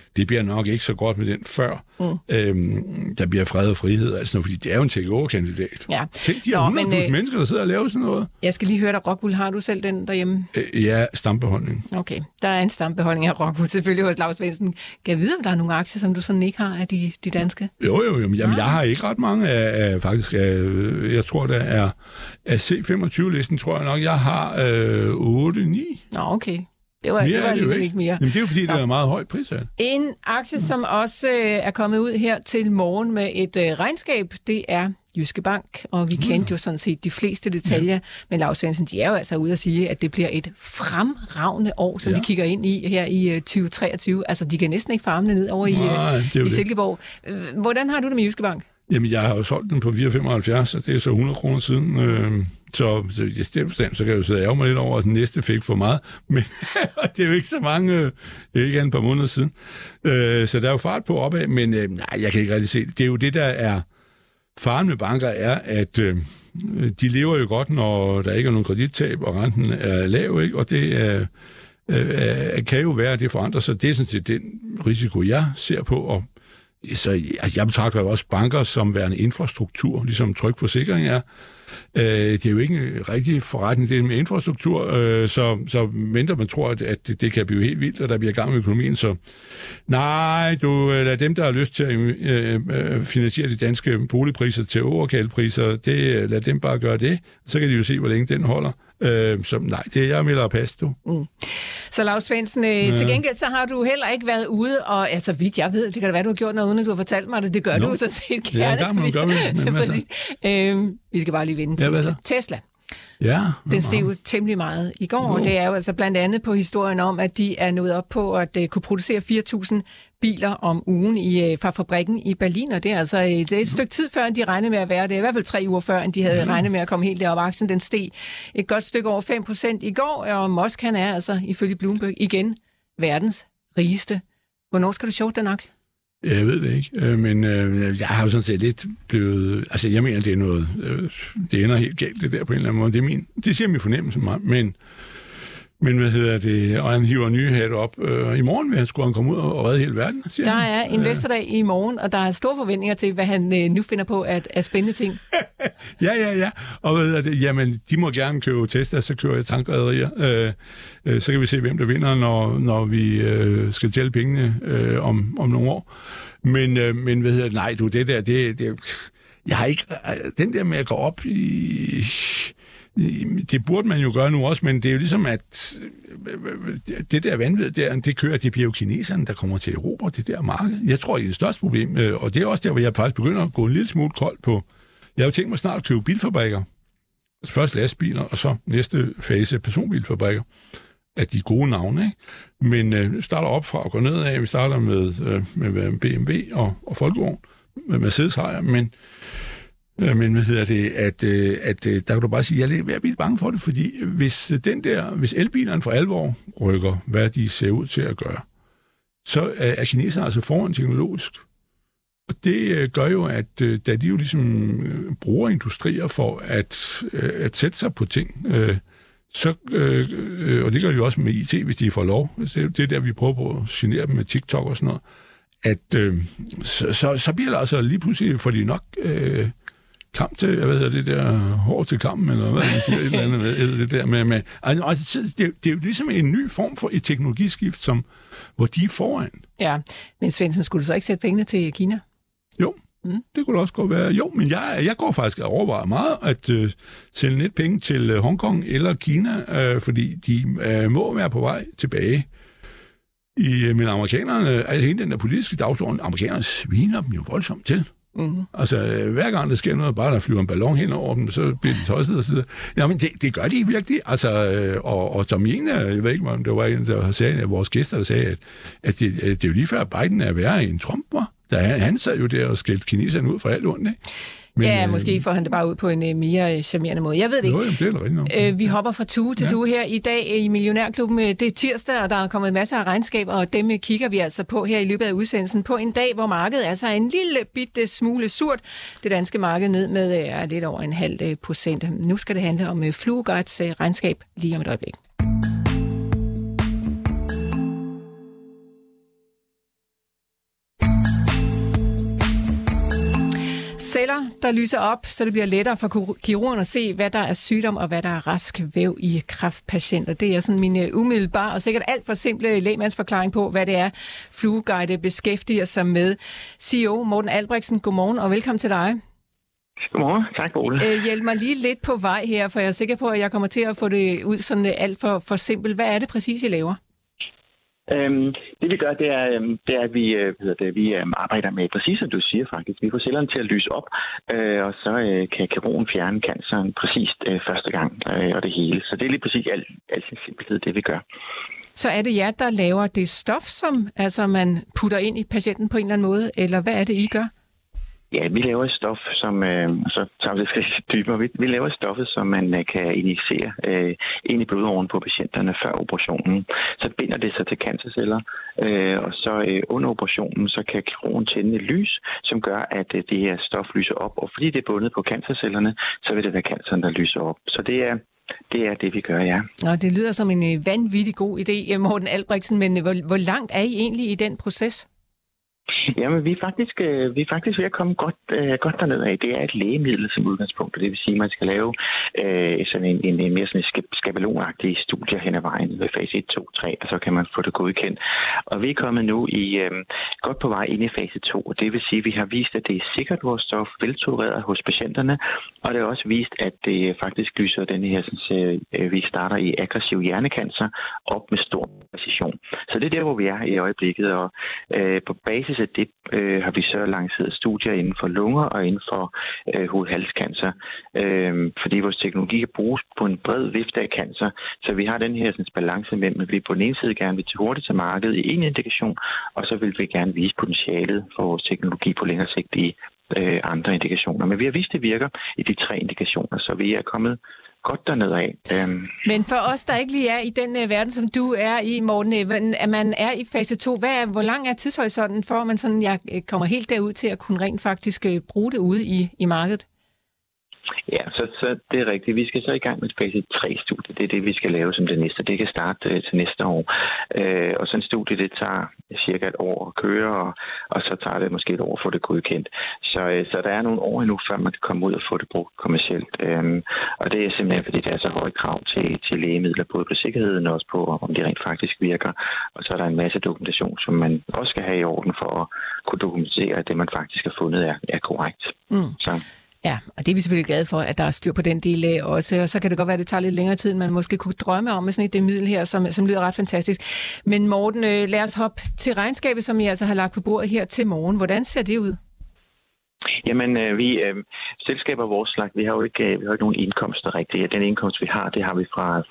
det bliver nok ikke så godt med den før der bliver fred og frihed, altså, fordi det er jo en take-over-kandidat. Ja. Tænk, de 100.000 mennesker, der sidder og laver sådan noget. Jeg skal lige høre dig, Rockwool, har du selv den derhjemme? Ja, stambeholdning. Okay, der er en stambeholdning af Rockwool selvfølgelig hos Lars Svendsen. Kan jeg vide, om der er nogle aktier, som du sådan ikke har af de danske? Jo. Jamen, jeg har ikke ret mange af faktisk. Jeg tror, der er af C25-listen, tror jeg nok, jeg har 8-9. Nå, okay. Det var alligevel ikke mere. Jamen, det er jo fordi, det er meget højt prissat. En aktie, som også er kommet ud her til morgen med et regnskab, det er Jyske Bank, og vi kendte jo sådan set de fleste detaljer, men Lars Svendsen, de er jo altså ude at sige, at det bliver et fremragende år, som vi kigger ind i her i 2023. Altså, de kan næsten ikke få armene ned over i Silkeborg. Hvordan har du det med Jyske Bank? Jamen, jeg har jo solgt den på 4,75, og det er så 100 kroner siden. Så i stedet forstand, så kan jeg jo sidde og ærge mig lidt over, at den næste fik for meget. Men det er jo ikke så mange, ikke andet par måneder siden. Så der er jo fart på opad, men nej, jeg kan ikke rigtig se det. Det er jo det, der er faren med banker, er, at de lever jo godt, når der ikke er nogen kredittab, og renten er lav, ikke? Og det kan jo være, at det forandrer sig. Det er sådan set den risiko, jeg ser på, og så jeg betragter jo også banker som værende infrastruktur, ligesom trykforsikring er. Det er jo ikke en rigtig forretning, det er med infrastruktur, så mindre man tror, at det kan blive helt vildt, og der bliver gang med økonomien, så nej, du lader dem, der har lyst til at finansiere de danske boligpriser til overkalpriser, lad dem bare gøre det, så kan de jo se, hvor længe den holder. Så nej, det er jeg melder at passe, du. Så Lars Svendsen, til gengæld så har du heller ikke været ude, og altså vidt jeg ved, det kan da være, du har gjort noget, uden at du har fortalt mig det. Det gør du så set gerne. Vi skal bare lige vinde Tesla. Ja, den steg jo temmelig meget i går, og det er jo altså blandt andet på historien om, at de er nået op på at kunne producere 4.000 biler om ugen fra fabrikken i Berlin, og det er altså det er et stykke tid før, end de regnede med at være det. I hvert fald 3 uger før, end de havde regnet med at komme helt derop. Aktien den steg et godt stykke over 5% i går, og Musk han er altså ifølge Bloomberg igen verdens rigeste. Hvornår skal du shorte den aktie? Jeg ved det ikke, men jeg har jo sådan set lidt blevet... Altså, jeg mener, det er noget... det ender helt galt, det der på en eller anden måde. Det siger min fornemmelse mig, men hvad hedder det? Og han hiver nye hat op. I morgen skulle han komme ud og redde hele verden, siger der han. Er investordag i morgen, og der er store forventninger til, hvad han nu finder på at spændende ting. Ja. Og hvad hedder det? Jamen, de må gerne købe Tesla, så kører jeg tankrederier. Så kan vi se, hvem der vinder, når vi skal tælle pengene om nogle år. Men hvad hedder det? Nej, du, det der, det jeg har ikke... Den der med at gå op i... Det burde man jo gøre nu også, men det er jo ligesom, at det der vanvid der, det bliver jo kineserne, der kommer til Europa, det der marked. Jeg tror, det er det største problem, og det er også der, hvor jeg faktisk begynder at gå en lille smule koldt på. Jeg har jo tænkt mig snart at købe bilfabrikker. Altså først lastbiler, og så næste fase personbilfabrikker. Af de gode navne, ikke? Men starter op fra og går ned af. Vi starter med BMW og Volkswagen. Mercedes har jeg, men hvad hedder det, at der kan du bare sige, at jeg er ved at blive bange for det, fordi hvis elbilerne for alvor rykker, hvad de ser ud til at gøre, så er kineserne altså foran teknologisk. Og det gør jo, at da de jo ligesom bruger industrier for at sætte sig på ting, og det gør de jo også med IT, hvis de får lov. Det er der, vi prøver på at genere dem med TikTok og sådan noget. At så bliver det altså lige pludselig, fordi nok kamp til, hvad hedder det der, hår til kampen, eller hvad man siger, et eller andet, det der med altså, det er jo ligesom en ny form for et teknologiskift, hvor de er foran. Ja, men Svendsen, skulle du så ikke sætte pengene til Kina? Jo. Det kunne også godt være. Jo, men jeg går faktisk at overveje meget at sælge lidt penge til Hongkong eller Kina, fordi de må være på vej tilbage. Men amerikanerne, altså hele den der politiske dagsorden, amerikanerne sviner dem jo voldsomt til. Mm-hmm. Altså, hver gang der sker noget, bare der flyver en ballon hen over dem, så bliver de tosset og sådan. Ja, men det gør de virkelig. Altså, og som en af, jeg ved ikke, om det var en, der sagde, at vores gæster, der sagde, at det er jo lige før Biden er værre end Trump, var. Han sad jo der og skældte kineserne ud fra alt ondt, ikke? Men, ja, måske får han det bare ud på en mere charmerende måde. Jeg ved det ikke. Jo, det er rigtigt. Vi hopper fra tue til tue her i dag i Millionærklubben. Det er tirsdag, og der er kommet masser af regnskaber, og dem kigger vi altså på her i løbet af udsendelsen på en dag, hvor markedet altså er en lille bitte smule surt. Det danske marked ned med lidt over 0,5%. Nu skal det handle om Flueguides regnskab lige om et øjeblik. Celler, der lyser op, så det bliver lettere for kirurgen at se, hvad der er sygdom og hvad der er rask væv i kræftpatienter. Det er sådan min umiddelbare og sikkert alt for simple lægmandsforklaring på, hvad det er, FluoGuide beskæftiger sig med. CEO Morten Albrechtsen, godmorgen og velkommen til dig. Godmorgen. Tak, Ole. Hjælp mig lige lidt på vej her, for jeg er sikker på, at jeg kommer til at få det ud sådan alt for simpelt. Hvad er det præcis, I laver? Det vi gør, det er at vi arbejder med, præcis som du siger faktisk, vi får cellerne til at lyse op, og så kan kirurgen fjerne canceren præcis første gang, og det hele. Så det er lige præcis alt sin simpelhed, det vi gør. Så er det jer, der laver det stof, som altså man putter ind i patienten på en eller anden måde, eller hvad er det, I gør? Ja, vi laver et stof, som så tager vi det skridt dybere. Vi laver stoffet, som man kan injicere ind i blodåren på patienterne før operationen. Så binder det sig til cancerceller, og så under operationen, så kan kirurgen tænde et lys, som gør, at det her stof lyser op. Og fordi det er bundet på cancercellerne, så vil det være canceren, der lyser op. Så det er det, vi gør, ja. Og det lyder som en vanvittig god idé, Morten Albrechtsen, men hvor langt er I egentlig i den proces? Jamen, vi er faktisk ved at komme godt derned af. Det er et lægemiddel som udgangspunkt, og det vil sige, at man skal lave sådan en mere sådan skabelonagtig studie hen ad vejen ved fase 1, 2, 3, og så kan man få det godkendt. Og vi er kommet nu godt på vej ind i fase 2, og det vil sige, at vi har vist, at det er sikkert vores stof, veltolereret hos patienterne, og det er også vist, at det faktisk lyser den her, vi starter i aggressiv hjernekancer op med stor præcision. Så det er der, hvor vi er i øjeblikket, og på basis af det har vi så lanceret studier inden for lunger og inden for hoved-halscancer, fordi vores teknologi kan bruges på en bred vifte af cancer, så vi har den her balance mellem, at vi på den ene side gerne vil til hurtigt til markedet i en indikation, og så vil vi gerne vise potentialet for vores teknologi på længere sigt i andre indikationer. Men vi har vist, at det virker i de 3 indikationer, så vi er kommet godt dernede af. Men for os, der ikke lige er i den verden, som du er i, Morten, at man er i fase 2, hvor lang er tidshorisonten for, at man sådan, jeg kommer helt derud til at kunne rent faktisk bruge det ude i markedet? Ja, så det er rigtigt. Vi skal så i gang med fase 3-studie. Det er det, vi skal lave som det næste. Det kan starte til næste år. Og sådan en studie, det tager cirka et år at køre, og så tager det måske et år at få det godkendt. Så der er nogle år endnu, før man kan komme ud og få det brugt kommercielt. Og det er simpelthen, fordi der er så høje krav til lægemidler, både på sikkerheden og også på, om de rent faktisk virker. Og så er der en masse dokumentation, som man også skal have i orden for at kunne dokumentere, at det, man faktisk har fundet, er korrekt. Så. Ja, og det er vi selvfølgelig glade for, at der er styr på den del af også, og så kan det godt være, at det tager lidt længere tid, end man måske kunne drømme om med sådan et middel her, som lyder ret fantastisk. Men Morten, lad os hoppe til regnskabet, som I altså har lagt på bordet her til morgen. Hvordan ser det ud? Jamen, selskaber af vores slags, vi har jo ikke nogen indkomster rigtigt. Den indkomst, vi har, det har vi fra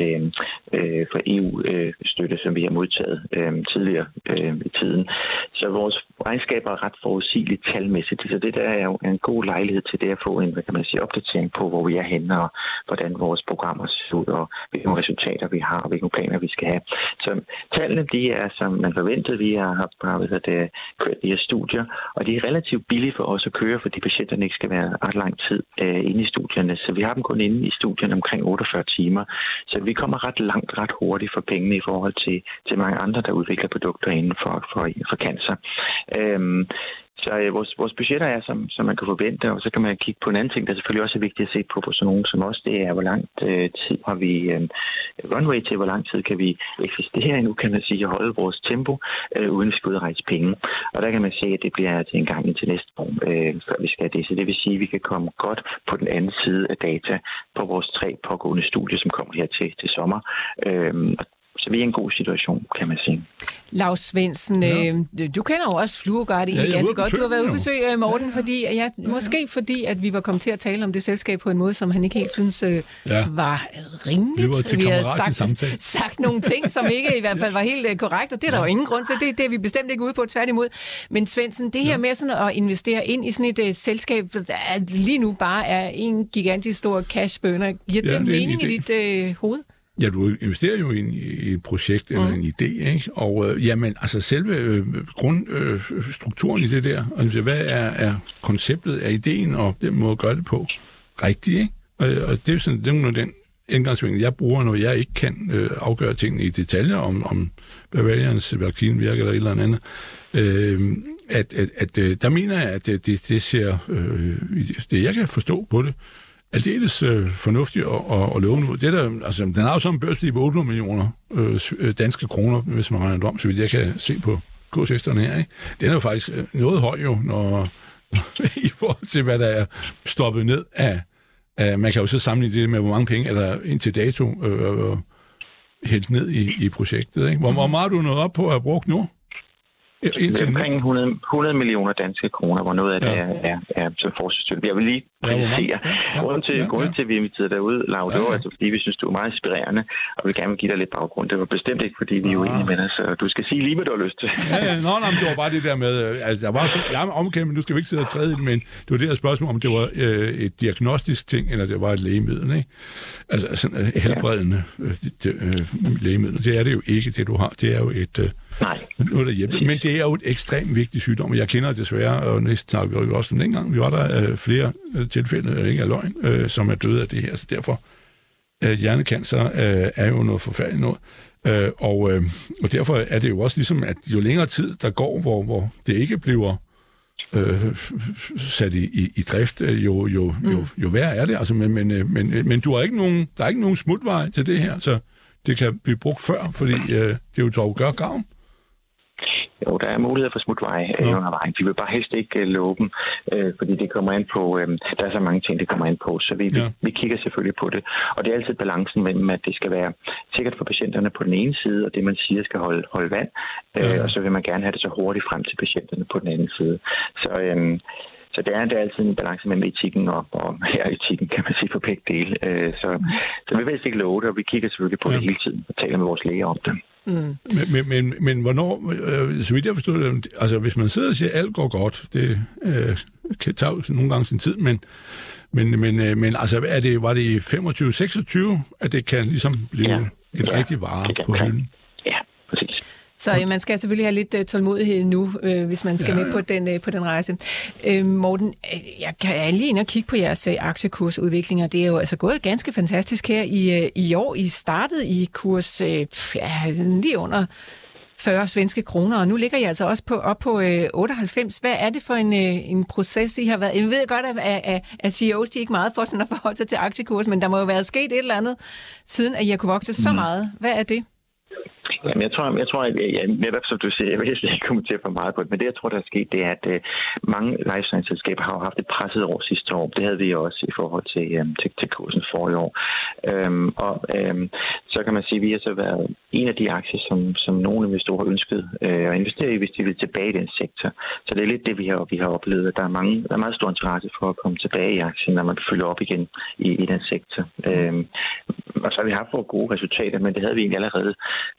EU-støtte, som vi har modtaget tidligere i tiden. Så vores regnskaber er ret forudsigeligt talmæssigt. Så det der er jo en god lejlighed til det at få en, opdatering på, hvor vi er henne, og hvordan vores programmer ser ud, og hvilke resultater vi har, og hvilke planer vi skal have. Så tallene, de er, som man forventede, vi har kørt de her studier, og de er relativt billige for os at køre, fordi patienterne ikke skal være ret lang tid inde i studierne. Så vi har dem kun inde i studierne omkring 48 timer. Så vi kommer ret langt, ret hurtigt for pengene i forhold til mange andre, der udvikler produkter inden for cancer. Så vores budgetter er, som man kan forvente, og så kan man kigge på en anden ting, der selvfølgelig også er vigtigt at se på sådan nogen som os. Det er, hvor lang tid har vi runway til, hvor lang tid kan vi eksistere endnu, kan man sige, og holde vores tempo, uden at vi skal ud og rejse penge. Og der kan man se, at det bliver til en gang indtil næste år, før vi skal have det. Så det vil sige, at vi kan komme godt på den anden side af data på vores 3 pågående studier, som kommer her til sommer. Så vi er i en god situation, kan man sige. Laus Svendsen, du kender jo også FluoGuide ganske godt. Du har været ude besøg Morten, fordi at vi var kommet til at tale om det selskab på en måde, som han ikke helt synes var rimeligt. Vi havde sagt nogle ting, som ikke i hvert fald var helt korrekt, og det er der jo ingen grund til. Det er vi bestemt ikke ude på, tværtimod. Men Svendsen, det her med sådan at investere ind i sådan et selskab, der lige nu bare er en gigantisk stor cash burner, giver det mening i dit hoved? Ja, du investerer jo i et projekt eller en idé, ikke? Og selve grundstrukturen i det der, altså, hvad er konceptet af ideen, og den måde at gøre det på rigtigt, ikke? Og det er jo sådan, det er den indgangsvinkel, jeg bruger, når jeg ikke kan afgøre tingene i detaljer, om Bavarians vaccine virker eller et eller andet. der mener jeg, at det ser, det jeg kan forstå på det, aldeles fornuftigt og lovende ud. Det der, altså, den har jo sådan en børslig på 800 millioner danske kroner, hvis man regner det om, så vidt jeg kan se på kursesterne her. Ikke? Den er jo faktisk noget høj jo, når i forhold til, hvad der er stoppet ned af. Man kan jo så sammenligne det med, hvor mange penge er der indtil dato hældt ned i projektet. Ikke? Hvor meget er du nået op på at have brugt nu? Det er omkring 100 millioner danske kroner, hvor noget af det er som forsvarsstøtte. Jeg vil lige præcisere. Grunden til, at vi inviterede dig ud, Lav, det var altså, fordi vi synes, du er meget inspirerende, og vi gerne vil give dig lidt baggrund. Det var bestemt ikke, fordi vi er uenige med dig, så du skal sige lige, hvad du har lyst til. Nå, det var bare det der med, altså, jeg er omkendt, men du skal jo ikke sidde og træde i det, men det var det her spørgsmål, om det var et diagnostisk ting, eller det var et lægemiddel, ikke? Altså sådan helbredende lægemiddel. Det er det jo ikke, det du har. Det er jo et... noget, der hjælper. Men det er jo et ekstremt vigtigt sygdom, og jeg kender desværre, og næsten snakker vi jo også om dengang, vi var der flere tilfælde, ikke af løgn, som er døde af det her, så derfor hjernekancer er jo noget forfærdeligt noget. Og derfor er det jo også ligesom, at jo længere tid der går, hvor det ikke bliver sat i drift, jo værre er det. Altså, men du har der er ikke nogen smutvej til det her, så det kan blive brugt før, fordi det jo dog gør gavn. Jo, der er mulighed for smutveje under vejen. Vi vil bare helst ikke love dem, fordi det kommer an på, der er så mange ting, det kommer an på, så vi kigger selvfølgelig på det. Og det er altid balancen mellem, at det skal være sikkert for patienterne på den ene side, og det man siger skal holde vand, og så vil man gerne have det så hurtigt frem til patienterne på den anden side. Så det er altid en balance mellem etikken og etikken, kan man sige, for begge dele. Så vi vil helst ikke love det, og vi kigger selvfølgelig på det hele tiden og taler med vores læger om det. Men hvornår, så vidt jeg forstod det, altså hvis man sidder og siger, at alt går godt, det kan tage nogle gange sin tid, men altså var det i 25-26, at det kan ligesom blive et rigtigt vare på hylden? Ja, præcis. Så man skal selvfølgelig have lidt tålmodighed nu, hvis man skal med på den rejse. Morten, jeg kan lige ind og kigge på jeres aktiekursudviklinger. Det er jo altså gået ganske fantastisk her i år. I startede i kurs lige under 40 svenske kroner, og nu ligger I altså også op på 98. Hvad er det for en proces, I har været? Jeg ved godt, at CEOs de ikke meget for sådan at forholde sig til aktiekurs, men der må jo være sket et eller andet, siden at I har kunne vokse så meget. Hvad er det? Jamen, jeg tror, at netop som du siger, jeg vil helst ikke kommentere for meget på det, men det, jeg tror, der er sket, det er, at mange life science-selskaber har haft et presset år sidste år. Det havde vi også i forhold til kursen forrige år. Så kan man sige, at vi har så været en af de aktier, som nogle investorer ønskede at investere i, hvis de vil tilbage i den sektor. Så det er lidt det, vi har oplevet, at der er meget stor interesse for at komme tilbage i aktien, når man følger op igen i den sektor. Og så har vi haft for gode resultater, men det havde vi egentlig allerede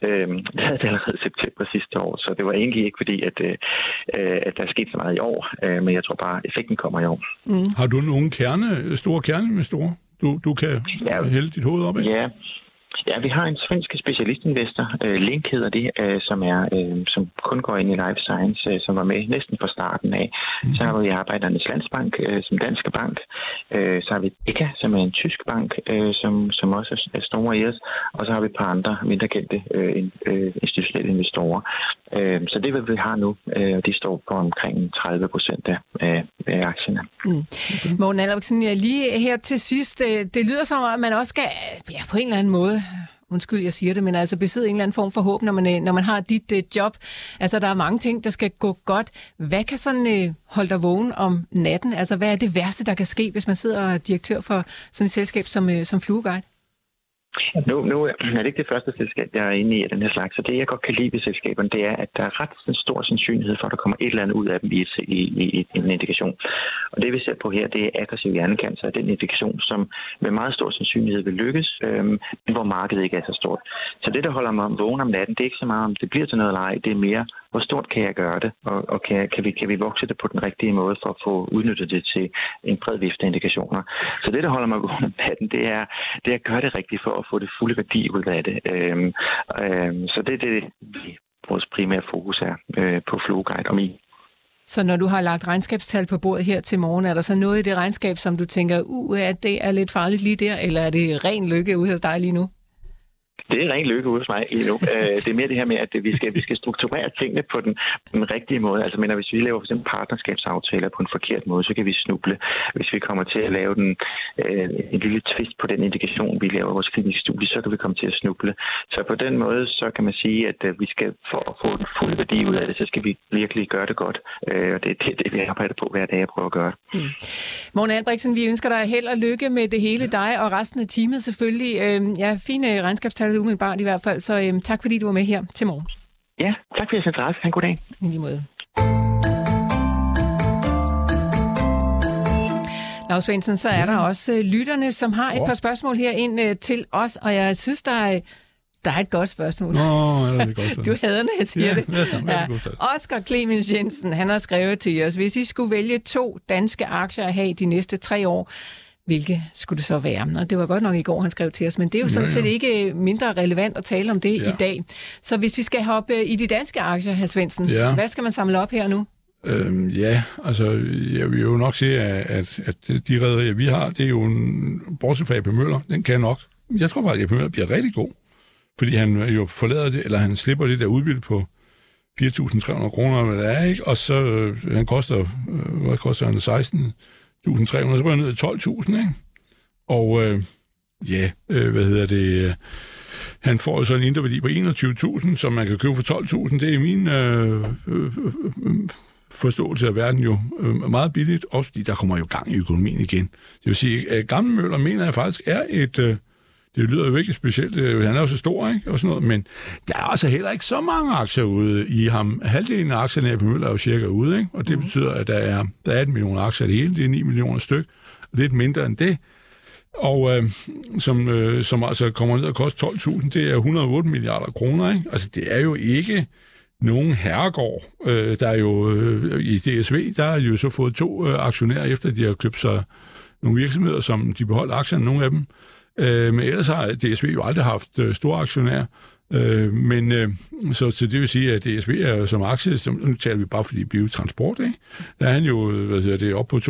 i september sidste år, så det var egentlig ikke fordi, at der er sket så meget i år, men jeg tror bare, at effekten kommer i år. Har du nogle store kerneinvestorer, du kan hælde dit hoved op af? Ja, vi har en svensk specialistinvestor, Link hedder det, som kun går ind i life science, som var med næsten fra starten af. Så har vi Arbejdernes Landsbank som danske bank. Så har vi EKA, som er en tysk bank, som også er store i os. Og så har vi et par andre mindre kendte institutionelle investorer. Så det, hvad vi har nu, de står på omkring 30% af aktierne. Morten Albertsen, lige her til sidst, det lyder som om, at man også skal på en eller anden måde, undskyld, jeg siger det, men altså besidde en eller anden form for håb, når man har dit job. Altså, der er mange ting, der skal gå godt. Hvad kan sådan holde dig vågen om natten? Altså, hvad er det værste, der kan ske, hvis man sidder og er direktør for sådan et selskab som Flueguide? Nu er det ikke det første selskab, jeg er inde i den her slags. Så det, jeg godt kan lide ved selskaberne, det er, at der er ret stor sandsynlighed for, at der kommer et eller andet ud af dem i en indikation. Og det, vi ser på her, det er aggressiv hjernekancer, den indikation, som med meget stor sandsynlighed vil lykkes, men hvor markedet ikke er så stort. Så det, der holder mig vågen om natten, det er ikke så meget, om det bliver til noget eller ej. Det er mere, hvor stort kan jeg gøre det, og kan vi vokse det på den rigtige måde for at få udnyttet det til en bred vifte indikationer. Så det, der holder mig vågen om natten, det er at gøre det rigtigt for at få det fulde værdi ud af det. Så det er det, vores primære fokus er på Flueguide og mig. Så når du har lagt regnskabstal på bordet her til morgen, er der så noget i det regnskab, som du tænker, at det er lidt farligt lige der, eller er det ren lykke ude hos dig lige nu? Det er ren lykke ude hos mig lige nu. Det er mere det her med, at vi skal strukturere tingene på den rigtige måde. Altså, men hvis vi laver for eksempel partnerskabsaftaler på en forkert måde, så kan vi snuble. Hvis vi kommer til at lave en lille twist på den indikation, vi laver i vores kliniske studie, så kan vi komme til at snuble. Så på den måde, så kan man sige, at vi skal for at få en fuld værdi ud af det, så skal vi virkelig gøre det godt. Og det er det, vi arbejder på hver dag at prøve at gøre. Morten Albrechtsen, vi ønsker dig held og lykke med det hele, dig og resten af teamet selvfølgelig. Fine regnskabstal umiddelbart i hvert fald, så tak fordi du var med her til morgen. Ja, tak for jeres interesse. Ha' en god dag. I lige måde. Lars Svendsen, så er der også lytterne, som har et par spørgsmål her ind til os, og jeg synes, der er et godt spørgsmål. Du hader, når jeg siger det. Oscar Clemens Jensen, han har skrevet til os, hvis I skulle vælge 2 danske aktier at have de næste 3 år, hvilke skulle det så være? Og det var godt nok i går, han skrev til os, men det er jo sådan set ikke mindre relevant at tale om det i dag. Så hvis vi skal hoppe i de danske aktier, hr. Svendsen, hvad skal man samle op her nu? Jeg vil jo nok sige, at de rederier, vi har, det er jo en bortset fra AP Møller. Den kan nok. Jeg tror bare, at AP Møller bliver rigtig god, fordi han jo forlader det, eller han slipper det der udbytte på 4.300 kroner, hvad det er, ikke? Og så han koster, hvad koster han? 16.300, så ryger han ned i 12.000, ikke? Og han får jo så en indre værdi på 21.000, som man kan købe for 12.000. Det er min forståelse af verden jo meget billigt, også fordi der kommer jo gang i økonomien igen. Det vil sige, at Gamle Møller mener jeg faktisk er et... det lyder jo ikke specielt. Han er jo så stor, ikke? Og sådan noget, men der er altså heller ikke så mange aktier ude i ham. Halvdelen af aktierne her på Møller er jo cirka ude, ikke? Og det betyder, at der er 18 millioner aktier det hele. Det er 9 millioner styk. Og lidt mindre end det. Og som altså kommer ned og koster 12.000, det er 108 milliarder kroner, ikke? Altså, det er jo ikke nogen herregård. Der er jo i DSV, der har jo så fået 2 aktionærer, efter de har købt sig nogle virksomheder, som de beholder aktierne, nogle af dem. Men ellers har DSV jo aldrig haft store aktionærer. Så det vil sige, at DSV er som aktie, nu taler vi bare fordi biotransport, ikke? Der er han jo, det er op på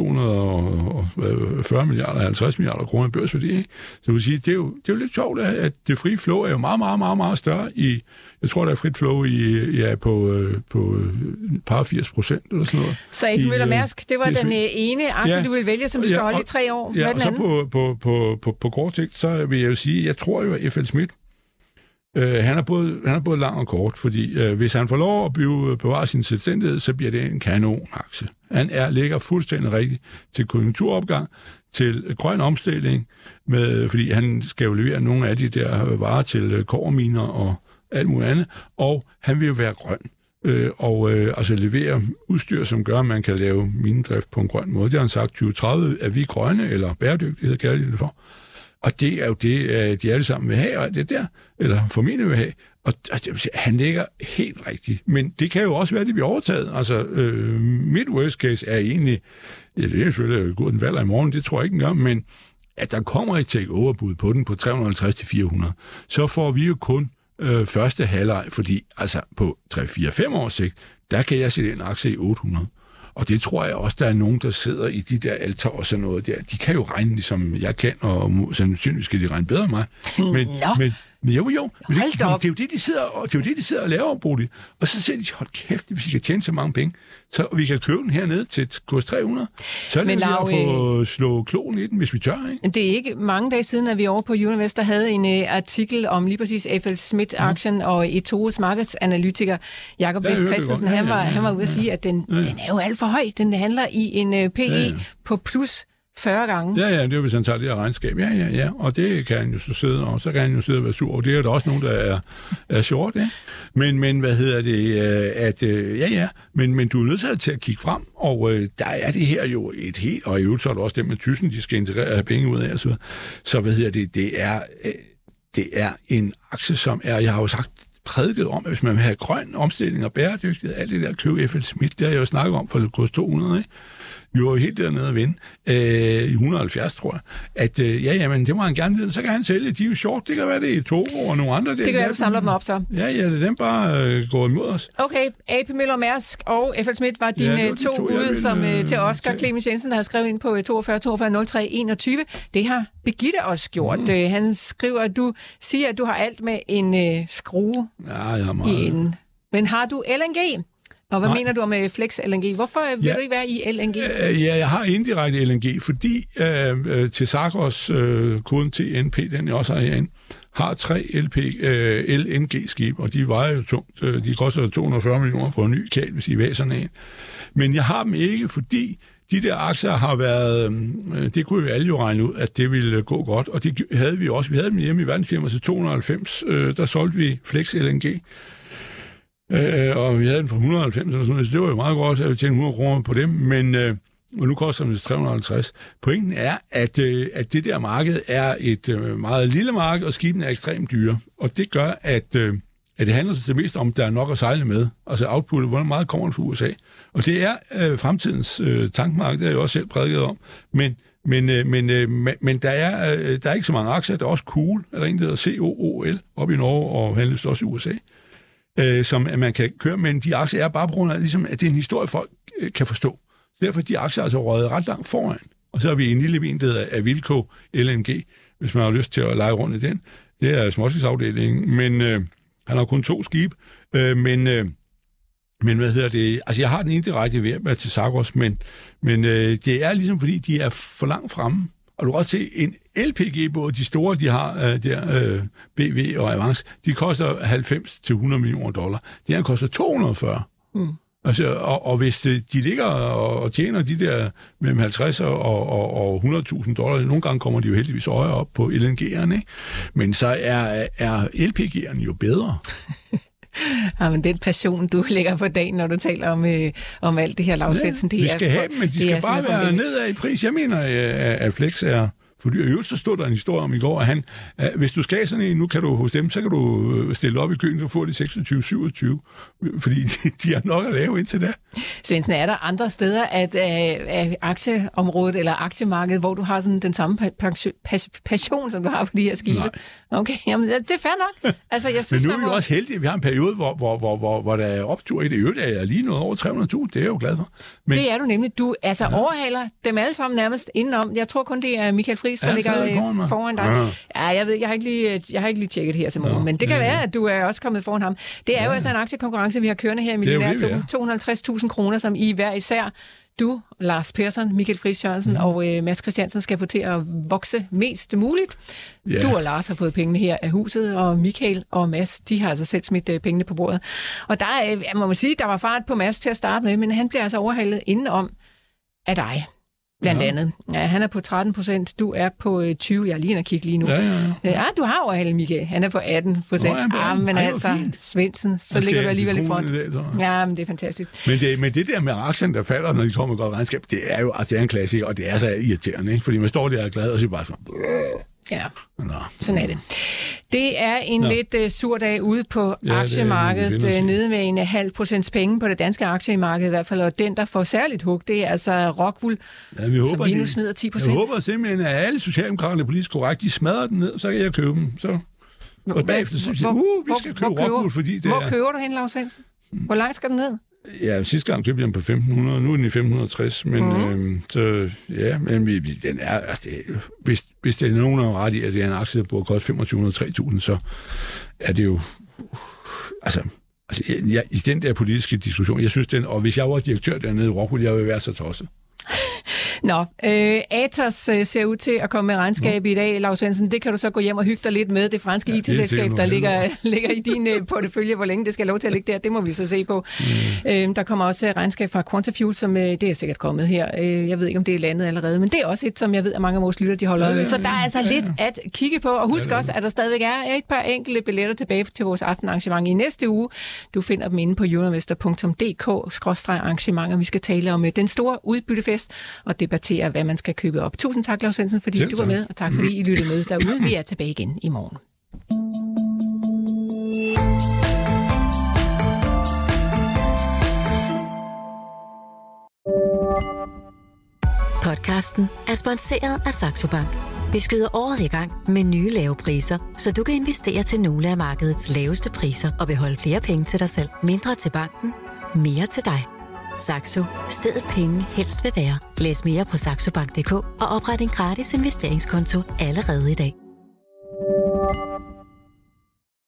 240 milliarder, 50 milliarder kroner i børsværdi, ikke? Så det vil sige, det er jo lidt sjovt, at det frie flow er jo meget, meget, meget, meget større i, jeg tror, der er frit flow på par 80% eller sådan noget. Så AP Møller Mærsk, det var den ene aktie, du vil vælge, som du skal holde i 3 år. Hvad den anden? På kort sigt, så vil jeg jo sige, jeg tror jo, at F.L. Schmidt, han er både lang og kort, fordi hvis han får lov at bevare sin selvstændighed, så bliver det en kanonaktie. Han ligger fuldstændig rigtigt til konjunkturopgang, til grøn omstilling, fordi han skal jo levere nogle af de der varer til kobberminer og alt muligt andet, og han vil jo være grøn. Altså levere udstyr, som gør, at man kan lave minedrift på en grøn måde. Det har han sagt, 2030 er vi grønne, eller bæredygtighed kalder de det for. Og det er jo det, de alle sammen vil have, og det der, eller formentlig vil have. Og han ligger helt rigtigt. Men det kan jo også være, at det bliver overtaget. Altså, mit worst case er egentlig, det er selvfølgelig gået den valder i morgen, det tror jeg ikke engang, men at der kommer et take-over-bud på den på 350-400, så får vi jo kun første halvleg, fordi altså på 3-4-5 års sigt, der kan jeg sætte en aktie i 800. Og det tror jeg også, der er nogen, der sidder i de der alter og sådan noget der. De kan jo regne, ligesom jeg kan, og sandsynligvis skal de regne bedre end mig. Men jo. Men det er jo det, de sidder og laver, Bodil. Og så siger de, hold kæft, hvis vi kan tjene så mange penge, så vi kan købe den hernede til kurs 300. Så er det ved at få slå kloen i den, hvis vi tør, ikke? Det er ikke mange dage siden, at vi over på Univest, der havde en artikel om lige præcis F.L. Schmidt-aktien, og Eto's markedsanalytiker Jakob Vest Christensen, han var ude at sige, at den er jo alt for høj. Den handler i en PE på plus 40 gange. Ja, det er hvis han tager det her regnskab. Ja. Og det kan han jo så sidde, og så kan han jo sidde og være sur. Og det er der også nogen, der er short, ja. Men hvad hedder det? Men du er nødt til at kigge frem, og der er det her jo et helt, og i øvrigt så er det også dem med Thyssen, de skal integrere have penge ud af, så hvad hedder det? Det er en aktie, som er, jeg har jo sagt, prædiket om, at hvis man vil have grøn omstilling og bæredygtighed, alt det der køb F.L. Schmidt, det har jeg jo snakket om for kurs 200, ikke? Vi var jo helt dernede at vinde i 170, tror jeg. At men det må han gerne vide. Så kan han sælge. De er jo short. Det kan være, det er Togo og nogle andre. Det kan være, du samler dem op så. Ja, det er dem bare går imod os. Okay, AP Møller Mærsk og F.L. Schmidt var dine to bud, som til Oscar Clemens Jensen, der har skrevet ind på 42 42 03 21. Det har Birgitte også gjort. Han skriver, at du siger, at du har alt med en skrue i enden. Men har du LNG? Og hvad mener du med Flex LNG? Hvorfor vil du ikke være i LNG? Jeg har indirekte LNG, fordi til Sarkos koden TNP, den jeg også har herinde, har 3 LNG-skib, og de vejer jo tungt. De koster 240 millioner for en ny kal, hvis I væserne af. Men jeg har dem ikke, fordi de der aktier har været, det kunne jo alle jo regne ud, at det ville gå godt, og det havde vi også. Vi havde dem hjemme i verdensfirma til 290, der solgte vi Flex LNG. Og vi havde den for 190 eller sådan noget, så det var jo meget godt, at vi tjente 100 kroner på dem, men nu koster det 350. Pointen er, at det der marked er et meget lille marked, og skibene er ekstremt dyre, og det gør, at det handler sig til mest om, der er nok at sejle med, altså outputtet, hvor meget kommer det fra USA. Og det er fremtidens tankmarked, det har jeg jo også selv prædiket om, men der er ikke så mange aktier, der er også Cool, er der en, der hedder COOL, op i Norge og handles også i USA. Som man kan køre, men de aktier er bare på grund af, ligesom, at det er en historie, folk kan forstå. Så derfor er de aktier altså røget ret langt foran. Og så har vi en lille vin, der hedder Avilco LNG, hvis man har lyst til at lege rundt i den. Det er småskibsafdelingen, men han har kun 2 skib. Men hvad hedder det? Altså, jeg har den indirekte ved til Sarkos, men det er ligesom, fordi de er for langt fremme. Og du kan også se, en LPG-båd, de store, de har BV og Avance, de koster 90 til 100 millioner dollar. Det her koster 240. Altså, og hvis de ligger og tjener de der mellem 50 og 100.000 dollar, nogle gange kommer de jo heldigvis højere op på LNG'erne, ikke? Men så er LPG'erne jo bedre. Ja, men den passion, du lægger på dagen, når du taler om alt det her, Lars Svendsen, det er... Vi skal have dem, men de skal bare være nedad i pris. Jeg mener, at Flex er... For i øvrigt så stod der en historie om i går, at hvis du skal sådan en, nu kan du hos dem, så kan du stille op i køen, og få de 26-27, fordi de har nok at lave indtil da. Svendsen, er der andre steder af aktieområdet eller aktiemarkedet, hvor du har sådan den samme passion, som du har for de her skibe? Nej. Okay, jamen det er fair nok. Altså, jeg synes, men nu er vi også heldige, at vi har en periode, hvor der er optur i det. Øvrigt er jeg lige noget over 300.000, det er jeg jo glad for. Men det er du nemlig. Du overhaler dem alle sammen nærmest indenom. Jeg tror kun, det er Michael Friis, der ligger foran dig. Ja, jeg ved, jeg har ikke lige tjekket det her til morgen, men det kan være, at du er også kommet foran ham. Det er jo altså en aktiekonkurrence, vi har kørende her i Millionærklubben. 250.000 kroner, som I hver især, du, Lars Persson, Michael Friis Jørgensen og Mads Christiansen skal få til at vokse mest muligt. Yeah. Du og Lars har fået pengene her af huset, og Michael og Mads, de har altså selv smidt pengene på bordet. Og der må man sige, der var fart på Mads til at starte med, men han bliver altså overhalet indenom af dig. Blandt andet. Ja, han er på 13%, du er på 20%. Jeg er lige inde og kigge lige nu. Ja, du har overhalet, Michael. Han er på 18%. Men altså, Svendsen, så ligger du alligevel i front. Ja, men det er fantastisk. Men det der med aktierne, der falder, når de kommer med godt regnskab, det er jo altså en klassiker, og det er så irriterende, ikke? Fordi man står der og er glad, og så bare sådan... Ja, sådan er det. Det er en lidt sur dag ude på aktiemarkedet, nede med en 0,5% penge på det danske aktiemarked i hvert fald, og den, der får særligt hug, det er altså Rockwool, som lige nu smider 10%. Jeg håber simpelthen, at alle socialdemokraterne politisk korrekt, de smadrer den ned, så kan jeg købe dem. Og bagefter så siger vi skal købe Rockwool, fordi det Hvor køber du hen, Lars Svendsen? Hvor langt skal den ned? Ja, sidste gang købte jeg den på 1.500, nu er den i 560, men men den er, altså, hvis det er nogen, der er ret i, at det er en aktie, der burde koste 2.500-3.000, så er det jo, altså i den der politiske diskussion, jeg synes og hvis jeg var direktør dernede i Rockwool, jeg ville være så tosset. Nå, Atos ser ud til at komme med regnskab i dag, Lars Svendsen. Det kan du så gå hjem og hygge dig lidt med. Det franske IT-selskab, der ligger i din portefølje. Hvor længe det skal lov til at ligge der, det må vi så se på. Der kommer også regnskab fra Quantafuel, som det er sikkert kommet her. Jeg ved ikke, om det er landet allerede, men det er også et, som jeg ved, at mange af vores lytter, de holder med. Så der er altså lidt at kigge på. Og husk også, at der stadigvæk er et par enkelte billetter tilbage til vores aftenarrangement i næste uge. Du finder dem inde på euroinvestor.dk/arrangementer. Vi skal tale om den store udbyttefest og debattere, hvad man skal købe op. Tusind tak, Lars Svendsen, fordi du var med, og tak fordi I lyttede med derude. Vi er tilbage igen i morgen. Podcasten er sponsoreret af Saxo Bank. Vi skyder året i gang med nye lave priser, så du kan investere til nogle af markedets laveste priser og beholde flere penge til dig selv. Mindre til banken, mere til dig. Saxo. Stedet penge helst vil være. Læs mere på saxobank.dk og opret en gratis investeringskonto allerede i dag.